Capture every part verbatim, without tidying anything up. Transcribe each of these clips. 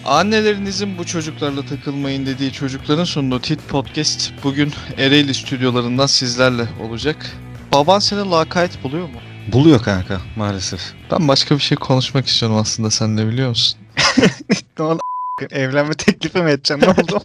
Annelerinizin bu çocuklarla takılmayın dediği çocukların sunduğu Tit Podcast bugün Ereğli stüdyolarından sizlerle olacak. Baban seni lakayt buluyor mu? Buluyor kanka maalesef. Ben başka bir şey konuşmak istiyorum aslında seninle, biliyor musun? Ne oldu? Evlenme teklifi mi edeceğim, ne oldu?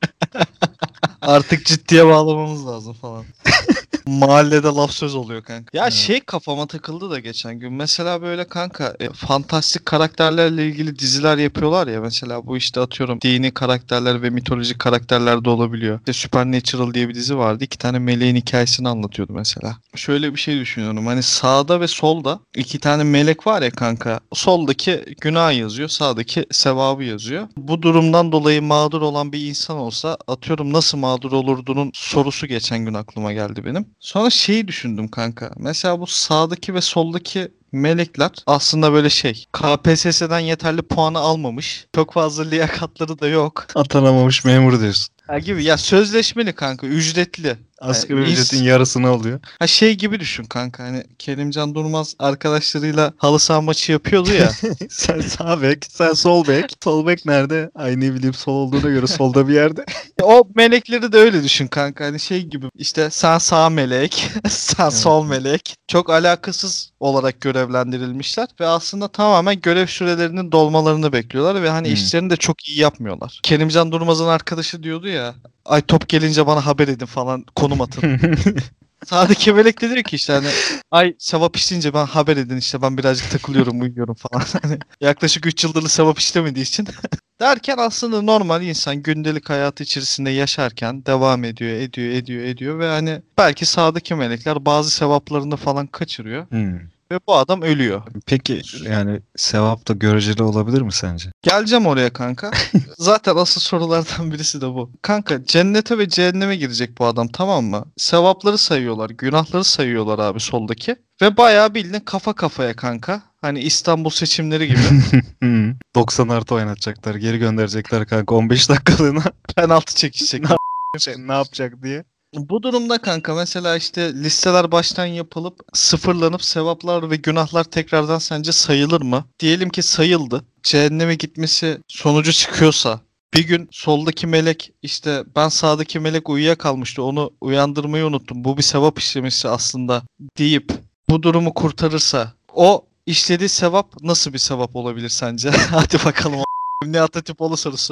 Artık ciddiye bağlamamız lazım falan. Mahallede laf söz oluyor kanka. Ya Evet. şey kafama takıldı da geçen gün. Mesela böyle kanka e, fantastik karakterlerle ilgili diziler yapıyorlar ya. Mesela bu işte atıyorum dini karakterler ve mitolojik karakterler de olabiliyor. İşte Supernatural diye bir dizi vardı. İki tane meleğin hikayesini anlatıyordu mesela. Şöyle bir şey düşünüyorum. Hani sağda ve solda iki tane melek var ya kanka. Soldaki günah yazıyor. Sağdaki sevabı yazıyor. Bu durumdan dolayı mağdur olan bir insan olsa atıyorum nasıl mağdur olurdunun sorusu geçen gün aklıma geldi benim. Sonra şeyi düşündüm kanka. Mesela bu sağdaki ve soldaki melekler aslında böyle şey. K P S S'den yeterli puanı almamış. Çok fazla liyakatları da yok. Atanamamış memur diyorsun. Ha gibi ya, sözleşmeli kanka, ücretli. Asgari Yani ücretin ins- yarısını alıyor. ha şey gibi düşün kanka, hani Kerimcan Durmaz arkadaşlarıyla halı saha maçı yapıyordu ya. Sen sağ bek, sen sol bek. Sol bek nerede? Ay ne bileyim, sol olduğuna göre solda bir yerde. O melekleri de öyle düşün kanka. Hani şey gibi işte, sen sağ melek, sen Evet. sol melek. Çok alakasız olarak görevlendirilmişler ve aslında tamamen görev sürelerinin dolmalarını bekliyorlar ve hani Hmm. işlerini de çok iyi yapmıyorlar. Kerimcan Durmaz'ın arkadaşı diyordu ya, ay top gelince bana haber edin falan, konum atın. Sağdaki melek de diyor ki işte hani, ay sevap işleyince ben haber edin, işte ben birazcık takılıyorum, uyuyorum falan. Hani yaklaşık üç yıldır da sevap işlemediği için. Derken aslında normal insan gündelik hayatı içerisinde yaşarken devam ediyor, ediyor, ediyor, ediyor ve hani belki sağdaki melekler bazı sevaplarını falan kaçırıyor Hmm. ve bu adam ölüyor. Peki yani sevap da göreceli olabilir mi sence? Geleceğim oraya kanka. Zaten asıl sorulardan birisi de bu. Kanka cennete ve cehenneme girecek bu adam, tamam mı? Sevapları sayıyorlar, günahları sayıyorlar abi soldaki. Ve bayağı bildiğin kafa kafaya kanka. Hani İstanbul seçimleri gibi. Hmm. doksan artı oynatacaklar. Geri gönderecekler kanka on beş dakikalığına. Penaltı çekişecek. Şey, ne yapacak diye. Bu durumda kanka mesela işte listeler baştan yapılıp sıfırlanıp sevaplar ve günahlar tekrardan sence sayılır mı? Diyelim ki sayıldı. Cehenneme gitmesi sonucu çıkıyorsa bir gün soldaki melek işte, ben sağdaki melek uyuyakalmıştı, onu uyandırmayı unuttum, bu bir sevap işlemesi aslında deyip bu durumu kurtarırsa, o işlediği sevap nasıl bir sevap olabilir sence? Hadi bakalım. Nihat Hatipoğlu sorusu.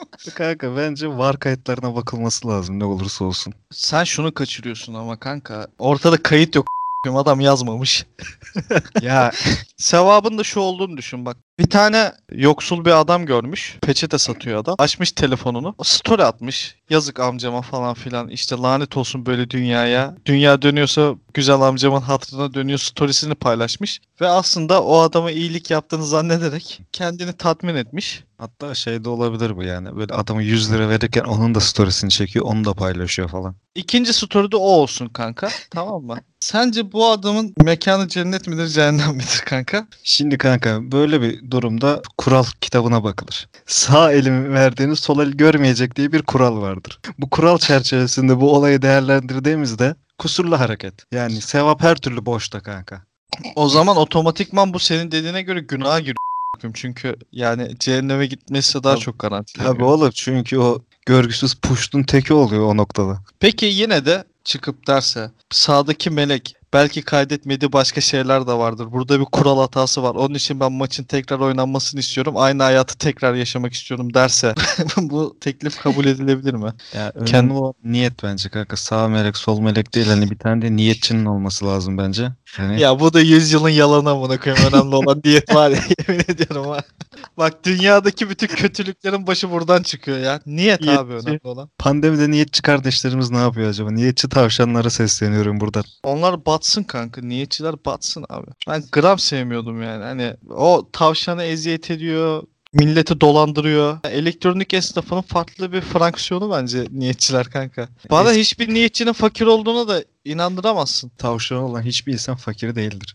Kanka bence var kayıtlarına bakılması lazım ne olursa olsun. Sen şunu kaçırıyorsun ama kanka. Ortada kayıt yok. Adam yazmamış. Ya Sevabın da şu olduğunu düşün bak. Bir tane yoksul bir adam görmüş. Peçete satıyor adam. Açmış telefonunu. O story atmış. Yazık amcama falan filan. İşte lanet olsun böyle dünyaya. Dünya dönüyorsa güzel amcamın hatırına dönüyor storiesini paylaşmış. Ve aslında o adama iyilik yaptığını zannederek kendini tatmin etmiş. hatta şey de olabilir bu yani. Böyle adamı yüz lira verirken onun da storiesini çekiyor, onu da paylaşıyor falan. İkinci story de o olsun kanka. Tamam mı? Sence bu adamın mekanı cennet midir, cehennem midir kanka? Şimdi kanka böyle bir durumda kural kitabına bakılır. Sağ elimi verdiğini sol el görmeyecek diye bir kural vardır. Bu kural çerçevesinde bu olayı değerlendirdiğimizde kusurlu hareket. Yani sevap her türlü boşta kanka. O zaman otomatikman bu senin dediğine göre günaha giriyor. Çünkü yani cehenneme gitmesi daha Tabii, çok tabii garantileniyor. oğlum, çünkü o görgüsüz puştun teki oluyor o noktada. Peki yine de çıkıp derse sağdaki melek belki kaydetmediği başka şeyler de vardır. Burada bir kural hatası var. Onun için ben maçın tekrar oynanmasını istiyorum. Aynı hayatı tekrar yaşamak istiyorum derse bu teklif kabul edilebilir mi? Ya Kend önemli olan niyet bence kanka. Sağ melek sol melek değil, hani bir tane de niyetçinin olması lazım bence. Hani Ya bu da yüzyılın yalanı amına koyayım. Önemli olan diyet var ya, yemin ediyorum ha. Bak dünyadaki bütün kötülüklerin başı buradan çıkıyor ya. Niyet abi önemli niyetçi. olan. Pandemide niyetçi kardeşlerimiz ne yapıyor acaba? Niyetçi tavşanlara sesleniyorum buradan. Onlar batsın kanka. Niyetçiler batsın abi. Ben gram sevmiyordum yani. Hani o tavşana eziyet ediyor. Milleti dolandırıyor. Elektronik esnafının farklı bir fraksiyonu bence niyetçiler kanka. Bana Eski hiçbir niyetçinin fakir olduğuna da inandıramazsın. tavşan olan hiçbir insan fakir değildir.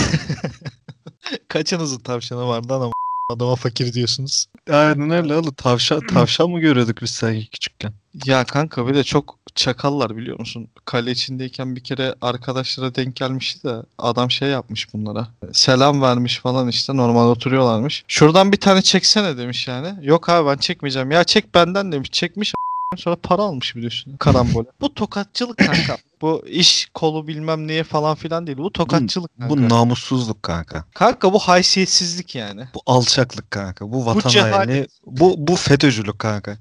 Kaçınızın tavşanı vardı ama adama fakir diyorsunuz. Aynen öyle oğlum. Tavşan, tavşan mı görüyorduk biz sanki küçükken? Ya kanka bir de çok çakallar biliyor musun? Kale içindeyken bir kere arkadaşlara denk gelmişti de adam şey yapmış bunlara. Selam vermiş falan işte normal oturuyorlarmış. Şuradan bir tane çeksene demiş yani. Yok abi ben çekmeyeceğim. Ya çek benden demiş. Çekmiş sonra para almış bir de üstüne. Karambole. Bu tokatçılık kanka. Bu iş kolu bilmem neye falan filan değil. Bu Bu, tokatçılık kanka. bu namussuzluk kanka. Kanka bu haysiyetsizlik yani. Bu alçaklık kanka. Bu vatan cehalet. haini. Bu, bu FETÖ'cülük kanka.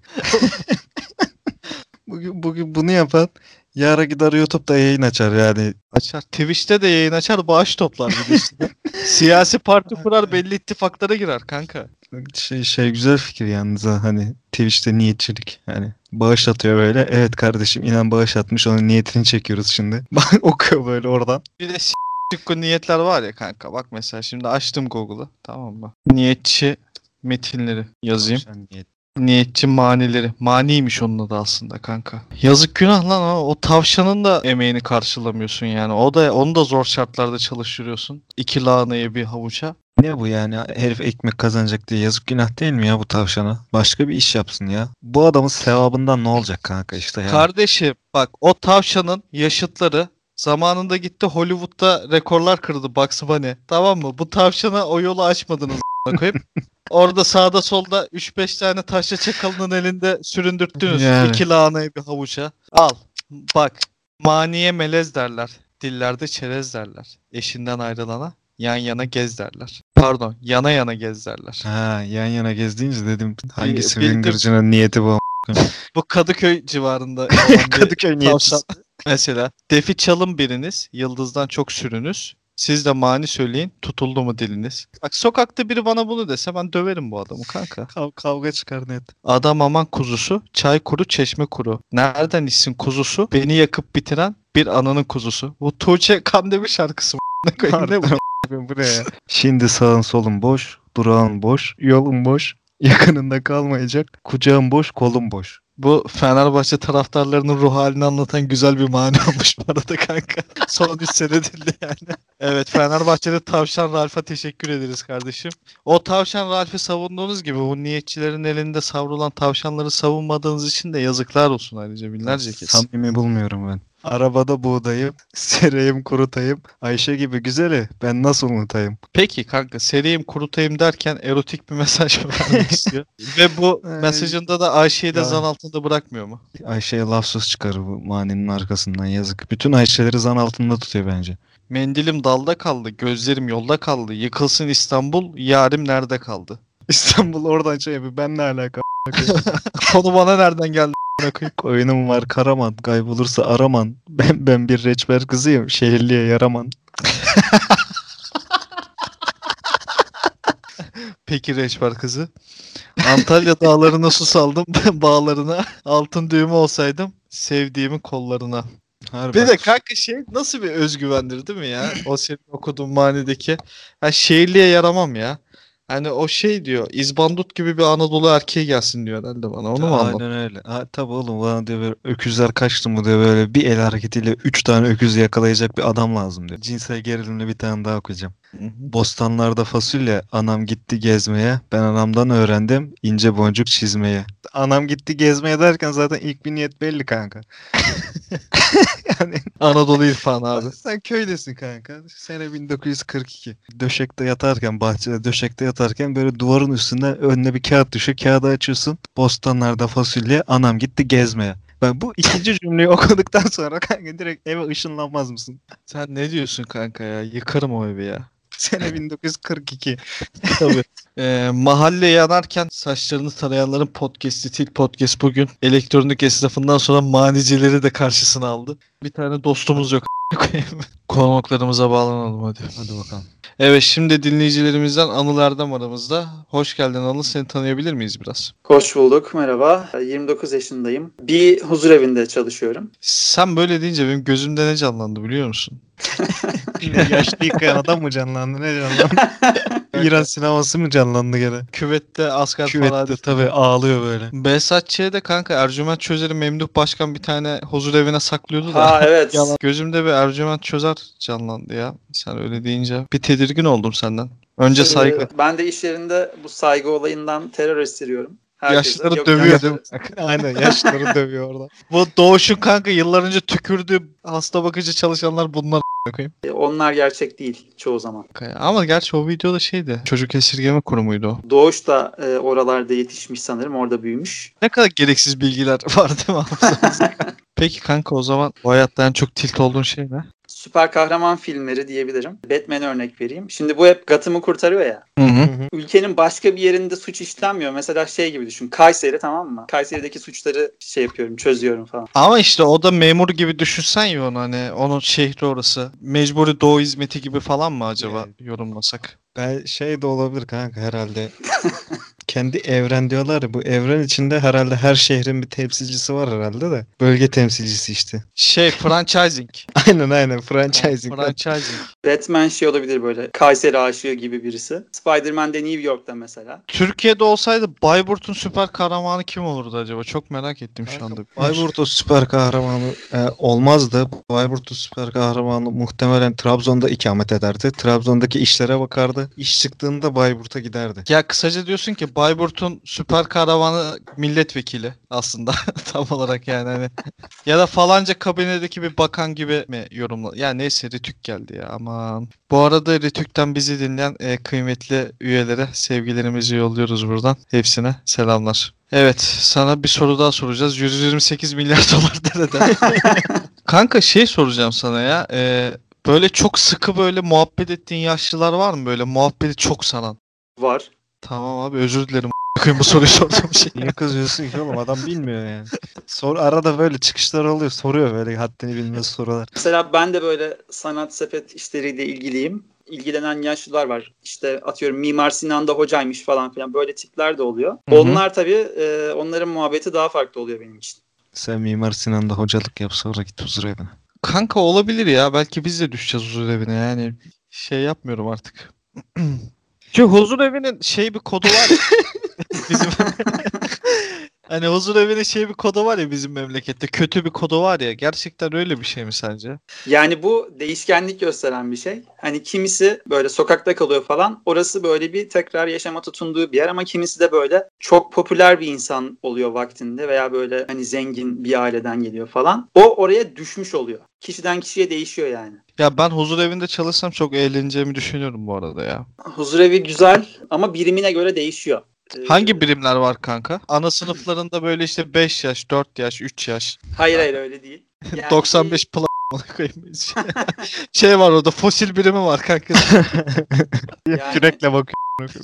Bugün, bugün bunu yapan yarın gider YouTube'da yayın açar yani. Açar. Twitch'te de yayın açar bağış toplar bir de üstüne. Siyasi parti kurar belli ittifaklara girer kanka. Şey, şey güzel fikir yalnız ha. Hani Twitch'te niyetçilik. Hani bağış atıyor böyle. Evet kardeşim inan bağış atmış. Onun niyetini çekiyoruz şimdi. Bak okuyor böyle oradan. Bir de s**k niyetler var ya kanka. Bak mesela şimdi açtım Google'ı. Tamam mı? Niyetçi metinleri yazayım. Tavşan niyet. Niyetçi manileri. Maniymiş onun adı aslında kanka. Yazık günah lan o. O tavşanın da emeğini karşılamıyorsun yani. O da onu da zor şartlarda çalıştırıyorsun. İki lahanayı bir havuça. Ne bu yani? Herif ekmek kazanacak diye yazık günah değil mi ya bu tavşana? Başka bir iş yapsın ya. Bu adamın sevabından ne olacak kanka işte ya. Kardeşim bak o tavşanın yaşıtları zamanında gitti Hollywood'da rekorlar kırdı Bugs Bunny. Tamam mı? Bu tavşana o yolu açmadınız a**ına koyup. Orada sağda solda üç beş tane taşla çakalının elinde süründürttünüz. Yani. İki lahanayı bir havuça. Al. Bak. Maniye melez derler. Dillerde çerez derler. Eşinden ayrılana yan yana gez derler. Pardon. Yana yana gez derler. Ha yan yana gezdiğince dedim hangisi bildim. Winger'cının niyeti bu? Bu Kadıköy civarında olan bir Kadıköy tavşan. niyetçisi. Mesela defi çalın biriniz, yıldızdan çok sürünüz. Siz de mani söyleyin, tutuldu mu diliniz? Bak sokakta biri bana bunu dese ben döverim bu adamı kanka. Kav- kavga çıkar net. Adam aman kuzusu, çay kuru, çeşme kuru. Nereden içsin kuzusu? Beni yakıp bitiren bir ananın kuzusu. Bu Tuğçe Kandemir şarkısı mı? Ne koyayım, ne bu? Bu ne ya? Şimdi sağın solun boş, durağın boş, yolun boş, yakınında kalmayacak, kucağın boş, kolun boş. Bu Fenerbahçe taraftarlarının ruh halini anlatan güzel bir mani olmuş bu arada kanka. Son üç senedir de yani. Evet Fenerbahçe'de Tavşan Ralf'a teşekkür ederiz kardeşim. O Tavşan Ralph'i savunduğunuz gibi bu niyetçilerin elinde savrulan tavşanları savunmadığınız için de yazıklar olsun ayrıca binlerce kez. Samimi bulmuyorum ben. Arabada buğdayım, sereyim kurutayım, Ayşe gibi güzeli ben nasıl unutayım? Peki kanka sereyim kurutayım derken erotik bir mesaj mı vermek istiyor? Ve bu Ay. mesajında da Ayşe'yi de Ya. zan altında bırakmıyor mu? Ayşe'ye lafsız çıkarır bu maninin arkasından yazık. Bütün Ayşe'leri zan altında tutuyor bence. Mendilim dalda kaldı, gözlerim yolda kaldı. Yıkılsın İstanbul, yarim nerede kaldı? İstanbul oradan şey yapıyor. Ben ne alaka? Konu bana nereden geldi? a**ına koyayım? Oyunum var Karaman. Kaybolursa araman. Ben ben bir reçber kızıyım. Şehirliye yaraman. Peki Reçber kızı. Antalya dağlarına su saldım bağlarına. Altın düğümü olsaydım sevdiğimin kollarına. Harbi. Bir de kanka şey nasıl bir özgüvendir değil mi ya? O senin okuduğun manideki. Ha şehirliye yaramam ya. Hani o şey diyor. İzbandut gibi bir Anadolu erkeği gelsin diyor herhalde bana. Onu mu anladın? Aynen öyle. Ha, tabii oğlum bana diyor böyle öküzler kaçtı mı diyor böyle bir el hareketiyle üç tane öküzü yakalayacak bir adam lazım diyor. Cinsel gerilimle bir tane daha okuyacağım. Hı hı. Bostanlarda fasulye, anam gitti gezmeye. Ben anamdan öğrendim ince boncuk çizmeye. Anam gitti gezmeye derken zaten ilk bir niyet belli kanka. Yani Anadolu irfanı abi. sen köydesin kanka. Sene bin dokuz yüz kırk iki. Döşekte yatarken, bahçede döşekte yatarken böyle duvarın üstünden önüne bir kağıt düşüyor. Kağıdı açıyorsun. Bostanlarda fasulye, anam gitti gezmeye. Ben bu ikinci cümleyi okuduktan sonra kanka direkt eve ışınlanmaz mısın? Sen ne diyorsun kanka ya? Yıkarım o evi ya. Sene bin dokuz yüz kırk iki. Tabii. Ee, mahalle yanarken saçlarını tarayanların podcast'i Til Podcast bugün elektronik esnafından sonra manicileri de karşısına aldı. Bir tane dostumuz yok. Konuklarımıza bağlanalım hadi. Hadi bakalım. Evet şimdi dinleyicilerimizden Anıl Erdem aramızda. Hoş geldin Anıl. Seni tanıyabilir miyiz biraz? Hoş bulduk, merhaba. yirmi dokuz yaşındayım. Bir huzur evinde çalışıyorum. Sen böyle deyince benim gözümde ne canlandı biliyor musun? Yaşlı yıkayan adam mı canlandı? Ne canlandı? İran sineması mı canlandı gene? Küvette asker Küvette falan. tabii ağlıyor böyle. Behzatçı'ya de kanka Ercüment Çözer'i Memduh Başkan bir tane huzur evine saklıyordu da. Ha evet. Yalan. Gözümde bir Ercüment Çözer canlandı ya. Sen öyle deyince. Bir tedirgin oldum senden. Önce Ee, saygı. Ben de iş yerinde bu saygı olayından terör estiriyorum. Herkes Yaşlıları yok, dövüyor yaşlı- değil mi? Aynen yaşlıları dövüyor orada. Bu Doğuş'un kanka yıllar önce tükürdüğü hasta bakıcı çalışanlar bunlar a**ına koyayım. E, Onlar gerçek değil çoğu zaman. Ama gerçi o videoda şeydi. Çocuk esirgeme kurumuydu o. Doğuş da e, oralarda yetişmiş sanırım. Orada büyümüş. Ne kadar gereksiz bilgiler var değil mi hafızamızda? Peki kanka o zaman bu hayatta en çok tilt olduğun şey ne? Süper kahraman filmleri diyebilirim. Batman'e örnek vereyim. Şimdi bu hep Gotham'ı kurtarıyor ya. Hı hı. Ülkenin başka bir yerinde suç işlenmiyor. Mesela şey gibi düşün. Kayseri, tamam mı? Kayseri'deki suçları şey yapıyorum, çözüyorum falan. Ama işte o da memur gibi düşünsen ya onu hani onun şehri orası. Mecburi doğu hizmeti gibi falan mı acaba Yani. yorumlasak? Ben şey de olabilir kanka herhalde. Kendi evren diyorlar ya, bu evren içinde herhalde her şehrin bir temsilcisi var herhalde de. Bölge temsilcisi işte. Şey franchising. Aynen aynen franchising. Franchising. Batman şey olabilir böyle. Kayseri aşığı gibi birisi. Spider-Man de New York'ta mesela. Türkiye'de olsaydı Bayburt'un süper kahramanı kim olurdu acaba? Çok merak ettim şu anda. Bayburt'un süper kahramanı e, olmazdı. Bayburt'un süper kahramanı muhtemelen Trabzon'da ikamet ederdi. Trabzon'daki işlere bakardı. İş çıktığında Bayburt'a giderdi. Ya kısaca diyorsun ki Bayburt'un süper kahramanı milletvekili aslında tam olarak yani hani ya da falanca kabinedeki bir bakan gibi mi yorumla? Ya neyse Ritük geldi ya aman. Bu arada Ritük'ten bizi dinleyen e, kıymetli üyelere sevgilerimizi yolluyoruz buradan. Hepsine selamlar. Evet sana bir soru daha soracağız. yüz yirmi sekiz milyar dolar nereden? Kanka şey soracağım sana ya. E, böyle çok sıkı böyle muhabbet ettiğin yaşlılar var mı böyle muhabbeti çok saran? Var. Tamam abi özür dilerim. Bu soruyu sorduğum şey. Niye kızıyorsun ki oğlum? Adam bilmiyor yani. Sor, arada böyle çıkışlar oluyor. Soruyor böyle haddini bilmez sorular. Mesela ben de böyle sanat sepet işleriyle ilgiliyim. İlgilenen yaşlılar var. İşte atıyorum Mimar Sinan'da hocaymış falan filan. Böyle tipler de oluyor. Hı hı. Onlar tabii e, onların muhabbeti daha farklı oluyor benim için. Sen Mimar Sinan'da hocalık yap sonra git huzur evine. Kanka olabilir ya. Belki biz de düşeceğiz huzur evine. Yani şey yapmıyorum artık. Ki huzur evinin şey bir kodu var ya. Bizim hani huzur evinin şey bir kodu var ya bizim memlekette. Kötü bir kodu var ya. Gerçekten öyle bir şey mi sence? Yani bu değişkenlik gösteren bir şey. Hani kimisi böyle sokakta kalıyor falan. Orası böyle bir tekrar yaşama tutunduğu bir yer ama kimisi de böyle çok popüler bir insan oluyor vaktinde veya böyle hani zengin bir aileden geliyor falan. O oraya düşmüş oluyor. Kişiden kişiye değişiyor yani. Ya ben huzur evinde çalışsam çok eğleneceğimi düşünüyorum bu arada ya. Huzurevi güzel ama birimine göre değişiyor. Ee, Hangi birimler var kanka? Ana sınıflarında böyle işte beş yaş, dört yaş, üç yaş. Hayır hayır öyle değil. Yani doksan beş pla koyayım. Şey var orada fosil birimi var kanka. yani Kürekle bakıyor.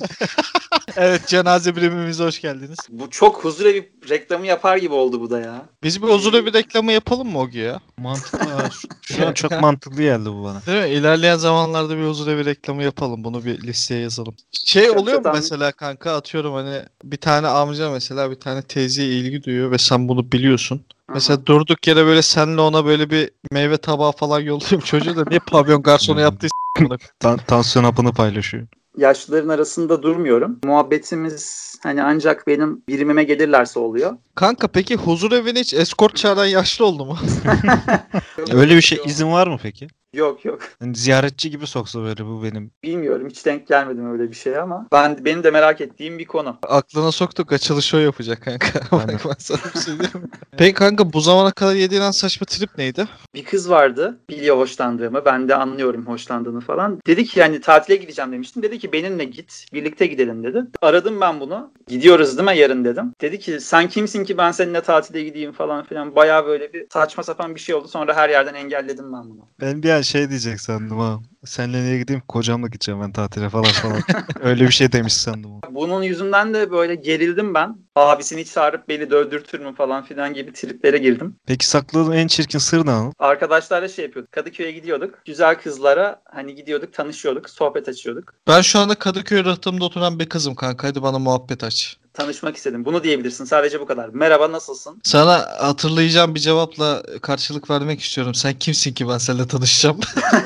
Evet cenaze birimimize hoş geldiniz. bu çok huzurevi reklamı yapar gibi oldu bu da ya. Biz bir huzurlu bir reklamı yapalım mı Ogi ya? Mantıklı ha. Şu, şu an çok mantıklı geldi bu bana. Değil mi? İlerleyen zamanlarda bir huzurlu bir reklamı yapalım. Bunu bir listeye yazalım. Şey Çok oluyor mu zaten- mesela kanka atıyorum hani bir tane amca mesela bir tane teyzeye ilgi duyuyor ve sen bunu biliyorsun. Mesela durduk yere böyle senle ona böyle bir meyve tabağı falan yolluyorum. Çocuğu da niye pavyon garsonu Hmm. yaptıysa. Tan- tansiyon hapını paylaşıyor. Yaşlıların arasında durmuyorum. Muhabbetimiz hani ancak benim birimime gelirlerse oluyor. Kanka peki huzur evine hiç eskort çağıran yaşlı oldu mu? Öyle bir şey izin var mı peki? Yok yok. Hani ziyaretçi gibi soksa böyle bu benim. Bilmiyorum hiç denk gelmedim öyle bir şeye ama ben benim de merak ettiğim bir konu. Aklına soktuk açılışı o yapacak kanka. Aynen. Bak ben sana bir şey diyeyim mi? Peki kanka bu zamana kadar yediğin en saçma trip neydi? Bir kız vardı biliyor hoşlandığımı. Ben de anlıyorum hoşlandığını falan. Dedi ki yani tatile gideceğim demiştim. Dedi ki benimle git. Birlikte gidelim dedi. Aradım ben bunu. Gidiyoruz değil mi yarın dedim. Dedi ki sen kimsin ki ben seninle tatile gideyim falan filan. Bayağı böyle bir saçma sapan bir şey oldu. Sonra her yerden engelledim ben bunu. Ben bir an şey diyecek sandım ha. Senle niye gideyim? Kocamla gideceğim ben tatile falan falan. Öyle bir şey demiş sandım. o. Bunun yüzünden de böyle gerildim ben. Abisini çağırıp beni dövdürtür mü falan filan gibi triplere girdim. Peki sakladığın en çirkin sır ne Anıl? Arkadaşlarla şey yapıyorduk. Kadıköy'e gidiyorduk. Güzel kızlara hani gidiyorduk, tanışıyorduk, sohbet açıyorduk. Ben şu anda Kadıköy rıhtımda oturan bir kızım kanka. Hadi bana muhabbet aç. Tanışmak istedim. Bunu diyebilirsin. Sadece bu kadar. Merhaba nasılsın? Sana hatırlayacağım bir cevapla karşılık vermek istiyorum. Sen kimsin ki ben seninle tanışacağım?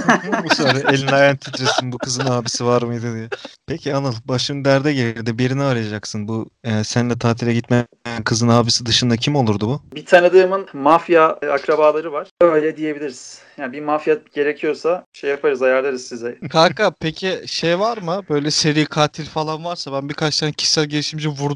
Bu sonra elin ayağın titresin bu kızın abisi var mıydı diye. Peki Anıl başın derde girdi birini arayacaksın. Bu e, seninle tatile gitmeyen kızın abisi dışında kim olurdu bu? Bir tanıdığımın mafya akrabaları var. Öyle diyebiliriz. Yani bir mafya gerekiyorsa şey yaparız, ayarlarız size. Kanka peki şey var mı? Böyle seri katil falan varsa ben birkaç tane kişisel gelişimci vurdum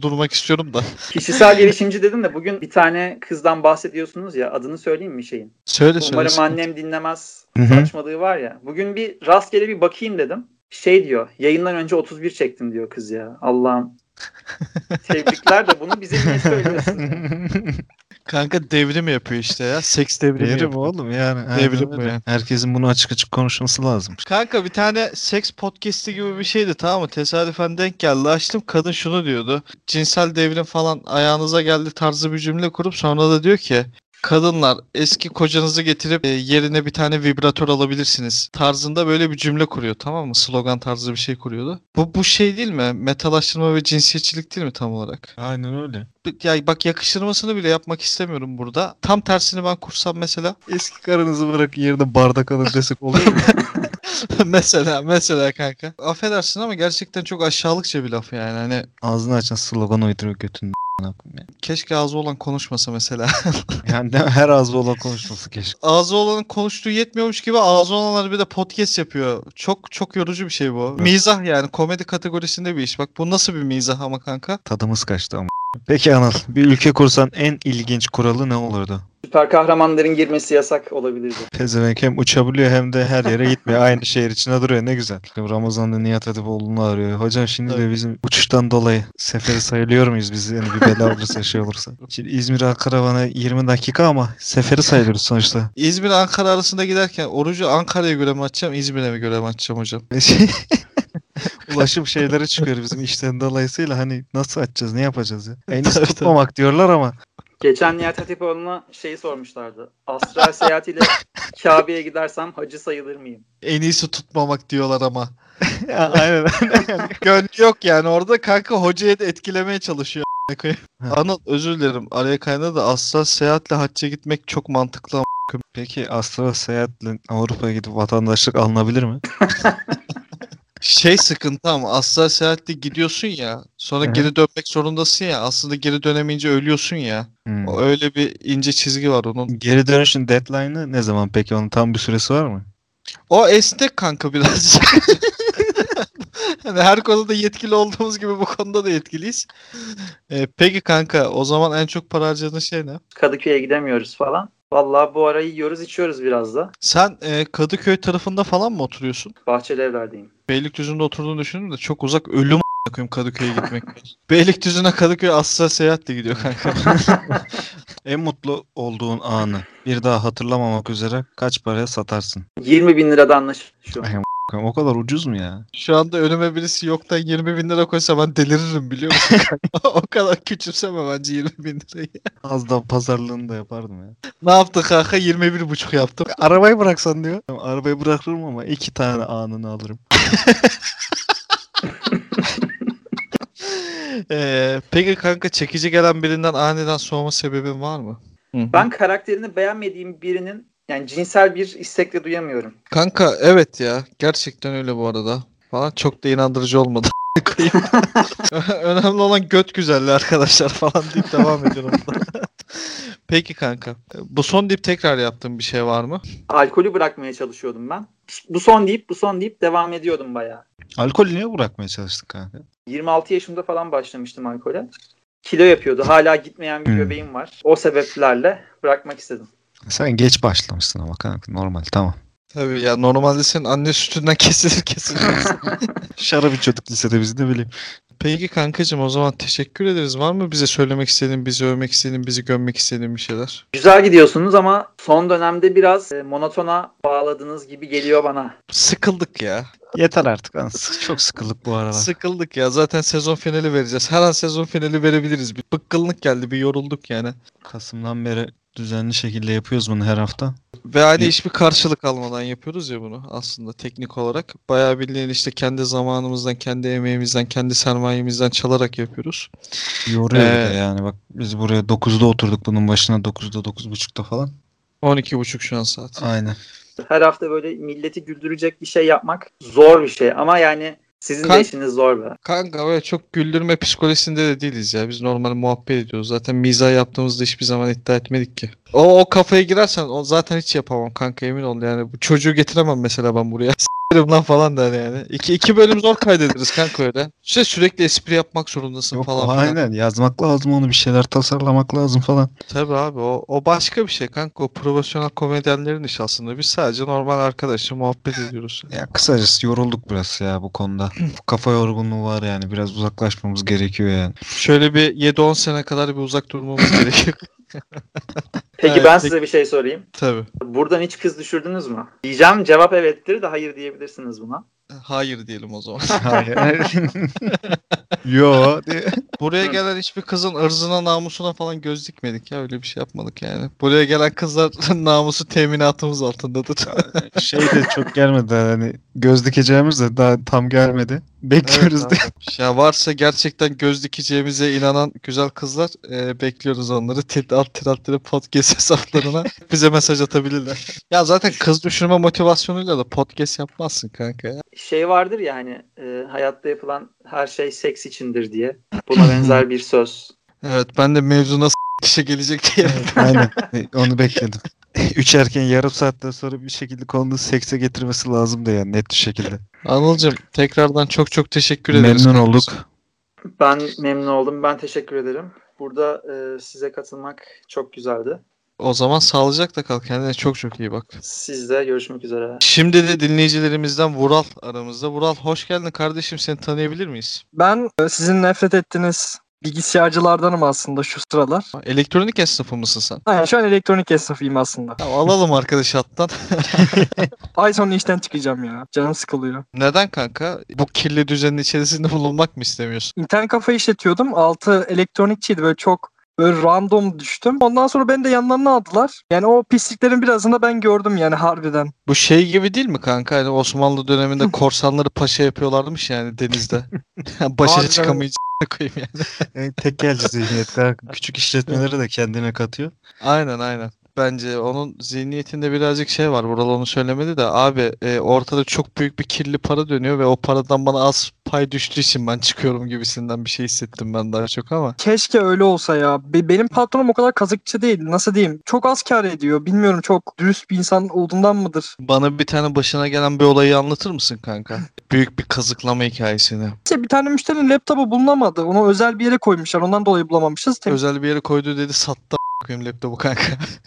durdurmak istiyorum da. Kişisel gelişimci dedin de bugün bir tane kızdan bahsediyorsunuz ya, adını söyleyeyim mi şeyin? Söyle söyle. Umarım sıkıntı- annem dinlemez Hı hı. saçmalığı var ya. Bugün bir rastgele bir bakayım dedim. Şey diyor, yayından önce otuz bir çektim diyor kız ya. Allah'ım. Tebrikler de bunu bize niye söylüyorsun ya? Kanka devrim yapıyor işte ya. Seks devrimi Devrim yapıyor. oğlum yani. Devrim Aynen bu öyle. yani. Herkesin bunu açık açık konuşması lazım. Kanka bir tane seks podcast'i gibi bir şeydi, tamam mı? Tesadüfen denk geldi. Açtım, kadın şunu diyordu. Cinsel devrim falan ayağınıza geldi tarzı bir cümle kurup sonra da diyor ki kadınlar eski kocanızı getirip e, yerine bir tane vibratör alabilirsiniz tarzında böyle bir cümle kuruyor, tamam mı? Slogan tarzı bir şey kuruyordu. Bu bu şey değil mi? Metalaştırma ve cinsiyetçilik değil mi tam olarak? Aynen öyle. Ya bak, yakıştırmasını bile yapmak istemiyorum burada. Tam tersini ben kursam mesela. Eski karınızı bırak yerine bardak alın desek olur mu? mesela mesela kanka. Affedersin ama gerçekten çok aşağılıkça bir laf yani. Hani Ağzını açan slogan uyduruyor götünü. Yani. keşke ağzı olan konuşmasa mesela. Yani de her ağzı olan konuşması keşke. Ağzı olanın konuştuğu yetmiyormuş gibi ağzı olanlar bir de podcast yapıyor. Çok çok yorucu bir şey bu. Evet. Mizah yani, komedi kategorisinde bir iş. Bak bu nasıl bir mizah ama kanka. Tadımız kaçtı ama. Peki Anıl, bir ülke kursan en ilginç kuralı ne olurdu? Süper kahramanların girmesi yasak olabilirdi. Pezevenk hem uçabiliyor hem de her yere gitmiyor. Aynı şehir içinde duruyor. Ne güzel. Ramazan'da Nihat Hatipoğlu'nu arıyor. Hocam şimdi de Tabii. bizim uçuştan dolayı seferi sayılıyor muyuz biz? Yani bir bela olursa şey olursa. Şimdi İzmir Ankara yirmi dakika ama seferi sayılıyoruz sonuçta. İzmir Ankara arasında giderken orucu Ankara'ya göre mi açacağım, İzmir'e mi göre mi açacağım hocam? Ulaşım şeyleri çıkıyor bizim işten dolayısıyla hani nasıl açacağız, ne yapacağız ya? En iyisi Tabii, tabii. tutmamak diyorlar ama. Geçen Nihat Hatipoğlu'na şeyi sormuşlardı. Astral seyahatiyle Kabe'ye gidersem hacı sayılır mıyım? En iyisi tutmamak diyorlar ama. Aynen. Gönlü yok yani orada kanka, hocayı da etkilemeye çalışıyor. a**ına koyayım. Ha. Anıl özür dilerim, araya kaynadı da astral seyahatle hacca gitmek çok mantıklı ama. Peki astral seyahatle Avrupa'ya gidip vatandaşlık alınabilir mi? Şey sıkıntı ama astral seyahatle gidiyorsun ya, sonra Hı hı. geri dönmek zorundasın ya, aslında geri dönemeyince ölüyorsun ya. Hmm. O öyle bir ince çizgi var onun. Geri dönüşün deadline'ı ne zaman peki? Onun tam bir süresi var mı? O esnek kanka birazcık. Hani her konuda yetkili olduğumuz gibi bu konuda da yetkiliyiz. Ee, peki kanka, o zaman en çok para harcadığın şey ne? Kadıköy'e gidemiyoruz falan. Vallahi bu ara yiyoruz içiyoruz biraz da. Sen e, Kadıköy tarafında falan mı oturuyorsun? Bahçeli evlerdeyim. Beylikdüzü'nde oturduğunu düşündüm de çok uzak, ölüm a**ına koyayım Kadıköy'e gitmek. Beylikdüzü'ne Kadıköy astral seyahatle gidiyor kanka. En mutlu olduğun anı bir daha hatırlamamak üzere kaç paraya satarsın? yirmi bin liradan anlaş şu. Ay, am- o kadar ucuz mu ya? Şu anda önüme birisi yoktan yirmi bin lira koysa ben deliririm, biliyor musun kanka? O kadar küçümseme bence yirmi bin lirayı. Az daha pazarlığını da yapardım ya. Ne yaptı kanka? yirmi bir buçuk yaptım. Arabayı bıraksan diyor. Arabayı bırakırım ama iki tane anını alırım. Ee, peki kanka, çekici gelen birinden aniden soğuma sebebin var mı? Hı. Ben karakterini beğenmediğim birinin yani cinsel bir istekle duyamıyorum. Kanka evet ya, gerçekten öyle bu arada. Falan çok da inandırıcı olmadı. Önemli olan göt güzelliği arkadaşlar falan deyip devam ediyorum. Peki kanka, bu son deyip tekrar yaptığın bir şey var mı? Alkolü bırakmaya çalışıyordum ben. Bu son deyip bu son deyip devam ediyordum bayağı. Alkolü niye bırakmaya çalıştık kanka? yirmi altı yaşımda falan başlamıştım alkole. Kilo yapıyordu. Hala gitmeyen bir Hmm. göbeğim var. O sebeplerle bırakmak istedim. Sen geç başlamışsın ama kanka normal tamam. Tabii ya, normalde senin anne sütünden kesilir kesilmez. Şarap içiyorduk lisede biz, ne bileyim. Peki kankacığım, o zaman teşekkür ederiz. Var mı bize söylemek istediğin, bizi övmek istediğin, bizi gömmek istediğin bir şeyler? Güzel gidiyorsunuz ama son dönemde biraz e, monotona bağladığınız gibi geliyor bana. Sıkıldık ya. Yeter artık lan. Çok sıkıldık bu aralar. Sıkıldık ya. Zaten sezon finali vereceğiz. Her an sezon finali verebiliriz. Bir bıkkınlık geldi, bir yorulduk yani. Kasım'dan beri düzenli şekilde yapıyoruz bunu her hafta. Ve hani Bir- hiçbir karşılık almadan yapıyoruz ya bunu aslında teknik olarak. Bayağı bildiğin işte kendi zamanımızdan, kendi emeğimizden, kendi sermayemizden çalarak yapıyoruz. Yoruyor bir de Ee, yani bak biz buraya dokuzda oturduk bunun başına, dokuzda dokuz buçukta falan. on iki buçuk şu an saat. Aynen. Her hafta böyle milleti güldürecek bir şey yapmak zor bir şey. Ama yani sizin Kan- de işiniz zor be. Kanka böyle çok güldürme psikolojisinde de değiliz ya. Biz normal muhabbet ediyoruz. Zaten mizah yaptığımızda hiçbir zaman iddia etmedik ki. O, o kafaya girersen o zaten hiç yapamam kanka, emin ol yani. Bu çocuğu getiremem mesela ben buraya. S**erim lan falan der yani. İki, iki bölüm zor kaydederiz kanka öyle. İşte sürekli espri yapmak zorundasın Yok falan filan. aynen yazmak lazım onu bir şeyler tasarlamak lazım falan. Tabii abi, o, o başka bir şey kanka. O profesyonel komedyenlerin işi aslında. Biz sadece normal arkadaşla muhabbet ediyoruz. Ya kısacası yorulduk biraz ya bu konuda. Bu kafa yorgunluğu var yani biraz uzaklaşmamız gerekiyor yani. Şöyle bir yedi on sene kadar bir uzak durmamız gerekiyor. Peki Evet, ben peki. size bir şey sorayım. Tabii. Buradan hiç kız düşürdünüz mü? Diyeceğim cevap evettir de hayır diyebilirsiniz buna. Hayır diyelim o zaman. Hayır. Yo diye. Buraya gelen hiçbir kızın ırzına namusuna falan göz dikmedik ya, öyle bir şey yapmadık yani. Buraya gelen kızlar namusu teminatımız altındadır. Şey de çok gelmedi hani göz dikeceğimiz de daha tam gelmedi. Bekliyoruz Evet diye. abi. Ya varsa gerçekten göz dikeceğimize inanan güzel kızlar, e, bekliyoruz onları. Tit alt tit alt tit podcast hesaplarına bize mesaj atabilirler. Ya zaten kız düşürme motivasyonuyla da podcast yapmazsın kanka ya. Şey vardır ya hani e, hayatta yapılan her şey seks içindir diye. Buna benzer bir söz. Evet, ben de mevzuna s**tişe gelecek diye. Evet, aynen. E, Onu bekledim. Üç erkeğin yarım saatten sonra bir şekilde konuyu sekse getirmesi lazım da yani net bir şekilde. Anılcım, tekrardan çok çok teşekkür ederiz. Memnun kanka. olduk. Ben memnun oldum. Ben teşekkür ederim. Burada e, size katılmak çok güzeldi. O zaman sağlıcakla kal. Kendine çok çok iyi bak. Sizle görüşmek üzere. Şimdi de dinleyicilerimizden Vural aramızda. Vural, hoş geldin kardeşim. Seni tanıyabilir miyiz? Ben e, sizin nefret ettiğiniz bilgisayarcılardanım aslında şu sıralar. Ha, Elektronik esnafı mısın sen? Aynen şu an elektronik esnafıyım aslında. Tamam, alalım arkadaş hattan. Ay sonra işten çıkacağım ya. Canım sıkılıyor. Neden kanka? Bu kirli düzenin içerisinde bulunmak mı istemiyorsun? İnternet kafe işletiyordum. Altı elektronikçiydi böyle çok böyle random düştüm. Ondan sonra beni de yanlarına aldılar. Yani o pisliklerin birazını da ben gördüm yani harbiden. Bu şey gibi değil mi kanka? Hani Osmanlı döneminde korsanları paşa yapıyorlarmış yani denizde. Başa Harbiden. çıkamayınca koyayım yani. Yani tekelci zihniyet. kanka. Küçük işletmeleri de kendine katıyor. Aynen aynen. Bence onun zihniyetinde birazcık şey var. Vural onu söylemedi de abi, e, ortada çok büyük bir kirli para dönüyor ve o paradan bana az pay düştüğü için ben çıkıyorum gibisinden bir şey hissettim ben daha çok ama. Keşke öyle olsa ya. Be- benim patronum o kadar kazıkçı değil. Nasıl diyeyim? Çok az kar ediyor. Bilmiyorum çok dürüst bir insan olduğundan mıdır? Bana bir tane başına gelen bir olayı anlatır mısın kanka? Büyük bir kazıklama hikayesini. İşte bir tane müşterinin laptopu bulunamadı. Onu özel bir yere koymuşlar. Ondan dolayı bulamamışız. Tem- Özel bir yere koydu dedi, sattı a**ayım laptopu kanka.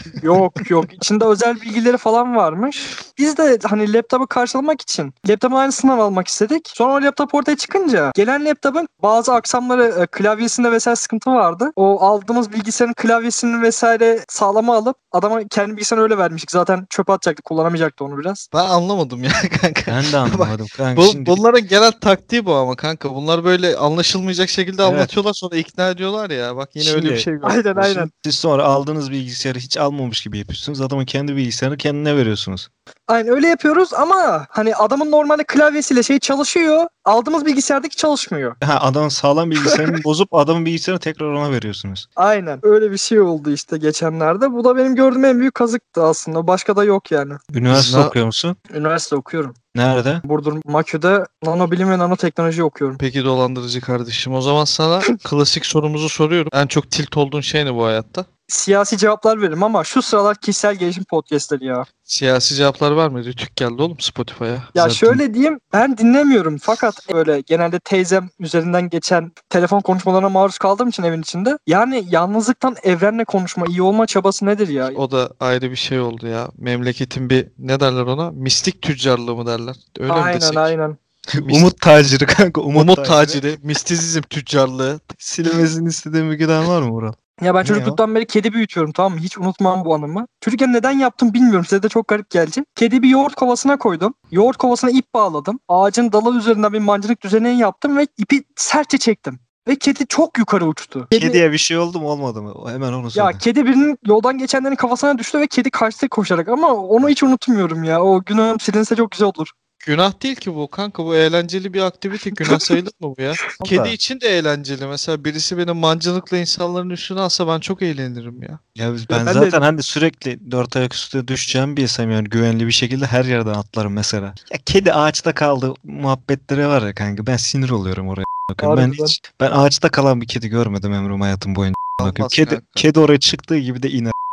Yok yok. İçinde özel bilgileri falan varmış. Biz de hani laptopu karşılamak için laptopun aynısından almak istedik. Sonra o laptop ortaya çıkınca gelen laptopun bazı aksamları e, klavyesinde vesaire sıkıntı vardı. O aldığımız bilgisayarın klavyesini vesaire sağlama alıp adama kendi bilgisayarını öyle vermiştik. Zaten çöpe atacaktı. Kullanamayacaktı onu biraz. Ben anlamadım ya kanka. Ben de anlamadım kanka. Bu, Şimdi bunların genel taktiği bu ama kanka. Bunlar böyle anlaşılmayacak şekilde Evet. anlatıyorlar, sonra ikna ediyorlar ya. Bak yine öyle bir Şimdi- şey gördüm. Aynen aynen. siz sonra aldığınız bilgisayarı hiç almamış gibi yapıyorsunuz. Adamın kendi bilgisayarını kendine veriyorsunuz. Aynen öyle yapıyoruz ama hani adamın normalde klavyesiyle şey çalışıyor. Aldığımız bilgisayardaki çalışmıyor. Ha, adamın sağlam bilgisayarını bozup adamın bilgisayarını tekrar ona veriyorsunuz. Aynen. Öyle bir şey oldu işte geçenlerde. Bu da benim gördüğüm en büyük kazıktı aslında. Başka da yok yani. Üniversite Biz ne- okuyor musun? Üniversite okuyorum. Nerede? Burdur Makü'de nanobilim ve nanoteknoloji okuyorum. Peki dolandırıcı kardeşim. O zaman sana klasik sorumuzu soruyorum. En çok tilt olduğun şey ne bu hayatta? Siyasi cevaplar veririm ama şu sıralar kişisel gelişim podcastleri ya. Siyasi cevaplar var mı? Rütük geldi oğlum Spotify'a. Ya Zaten- şöyle diyeyim ben dinlemiyorum fakat böyle genelde teyzem üzerinden geçen telefon konuşmalarına maruz kaldığım için evin içinde. Yani yalnızlıktan evrenle konuşma, iyi olma çabası nedir ya? O da ayrı bir şey oldu ya. Memleketin bir, ne derler ona? Mistik tüccarlığı mı derler? Öyle mi Aynen desek? aynen. Umut taciri kanka. Umut, Umut taciri, mistizm tüccarlığı. Silinmesini istediğin bir gıdan var mı Vural? Ya ben Ne çocukluktan beri kedi büyütüyorum tamam mı? Hiç unutmam bu anımı. Çocukken neden yaptım bilmiyorum. Size de çok garip gelecek. Kedi bir yoğurt kovasına koydum. Yoğurt kovasına ip bağladım. Ağacın dalı üzerinden bir mancınık düzeneği yaptım ve ipi sertçe çektim. Ve kedi çok yukarı uçtu. Kedi- Kediye bir şey oldu mu olmadı mı? Hemen onu söyle. Ya kedi birinin yoldan geçenlerin kafasına düştü ve kedi kaçtı koşarak ama onu hiç unutmuyorum ya. O günahım silinse çok güzel olur. Günah değil ki bu kanka, bu eğlenceli bir aktivite. Günah sayılır mı bu ya? Kedi için de eğlenceli. Mesela birisi benim mancınıkla insanların üstüne alsa ben çok eğlenirim ya. Ya biz- ben, ben de- zaten hani sürekli dört ayak üstüne düşeceğim bir insanım yani güvenli bir şekilde her yerden atlarım mesela. Ya kedi ağaçta kaldı muhabbetleri var ya kanka ben sinir oluyorum oraya. Ben Harbiden. hiç ben ağaçta kalan bir kedi görmedim ömrüm hayatım boyunca. Olmaz Kedi kanka. kedi oraya çıktığı gibi de iner.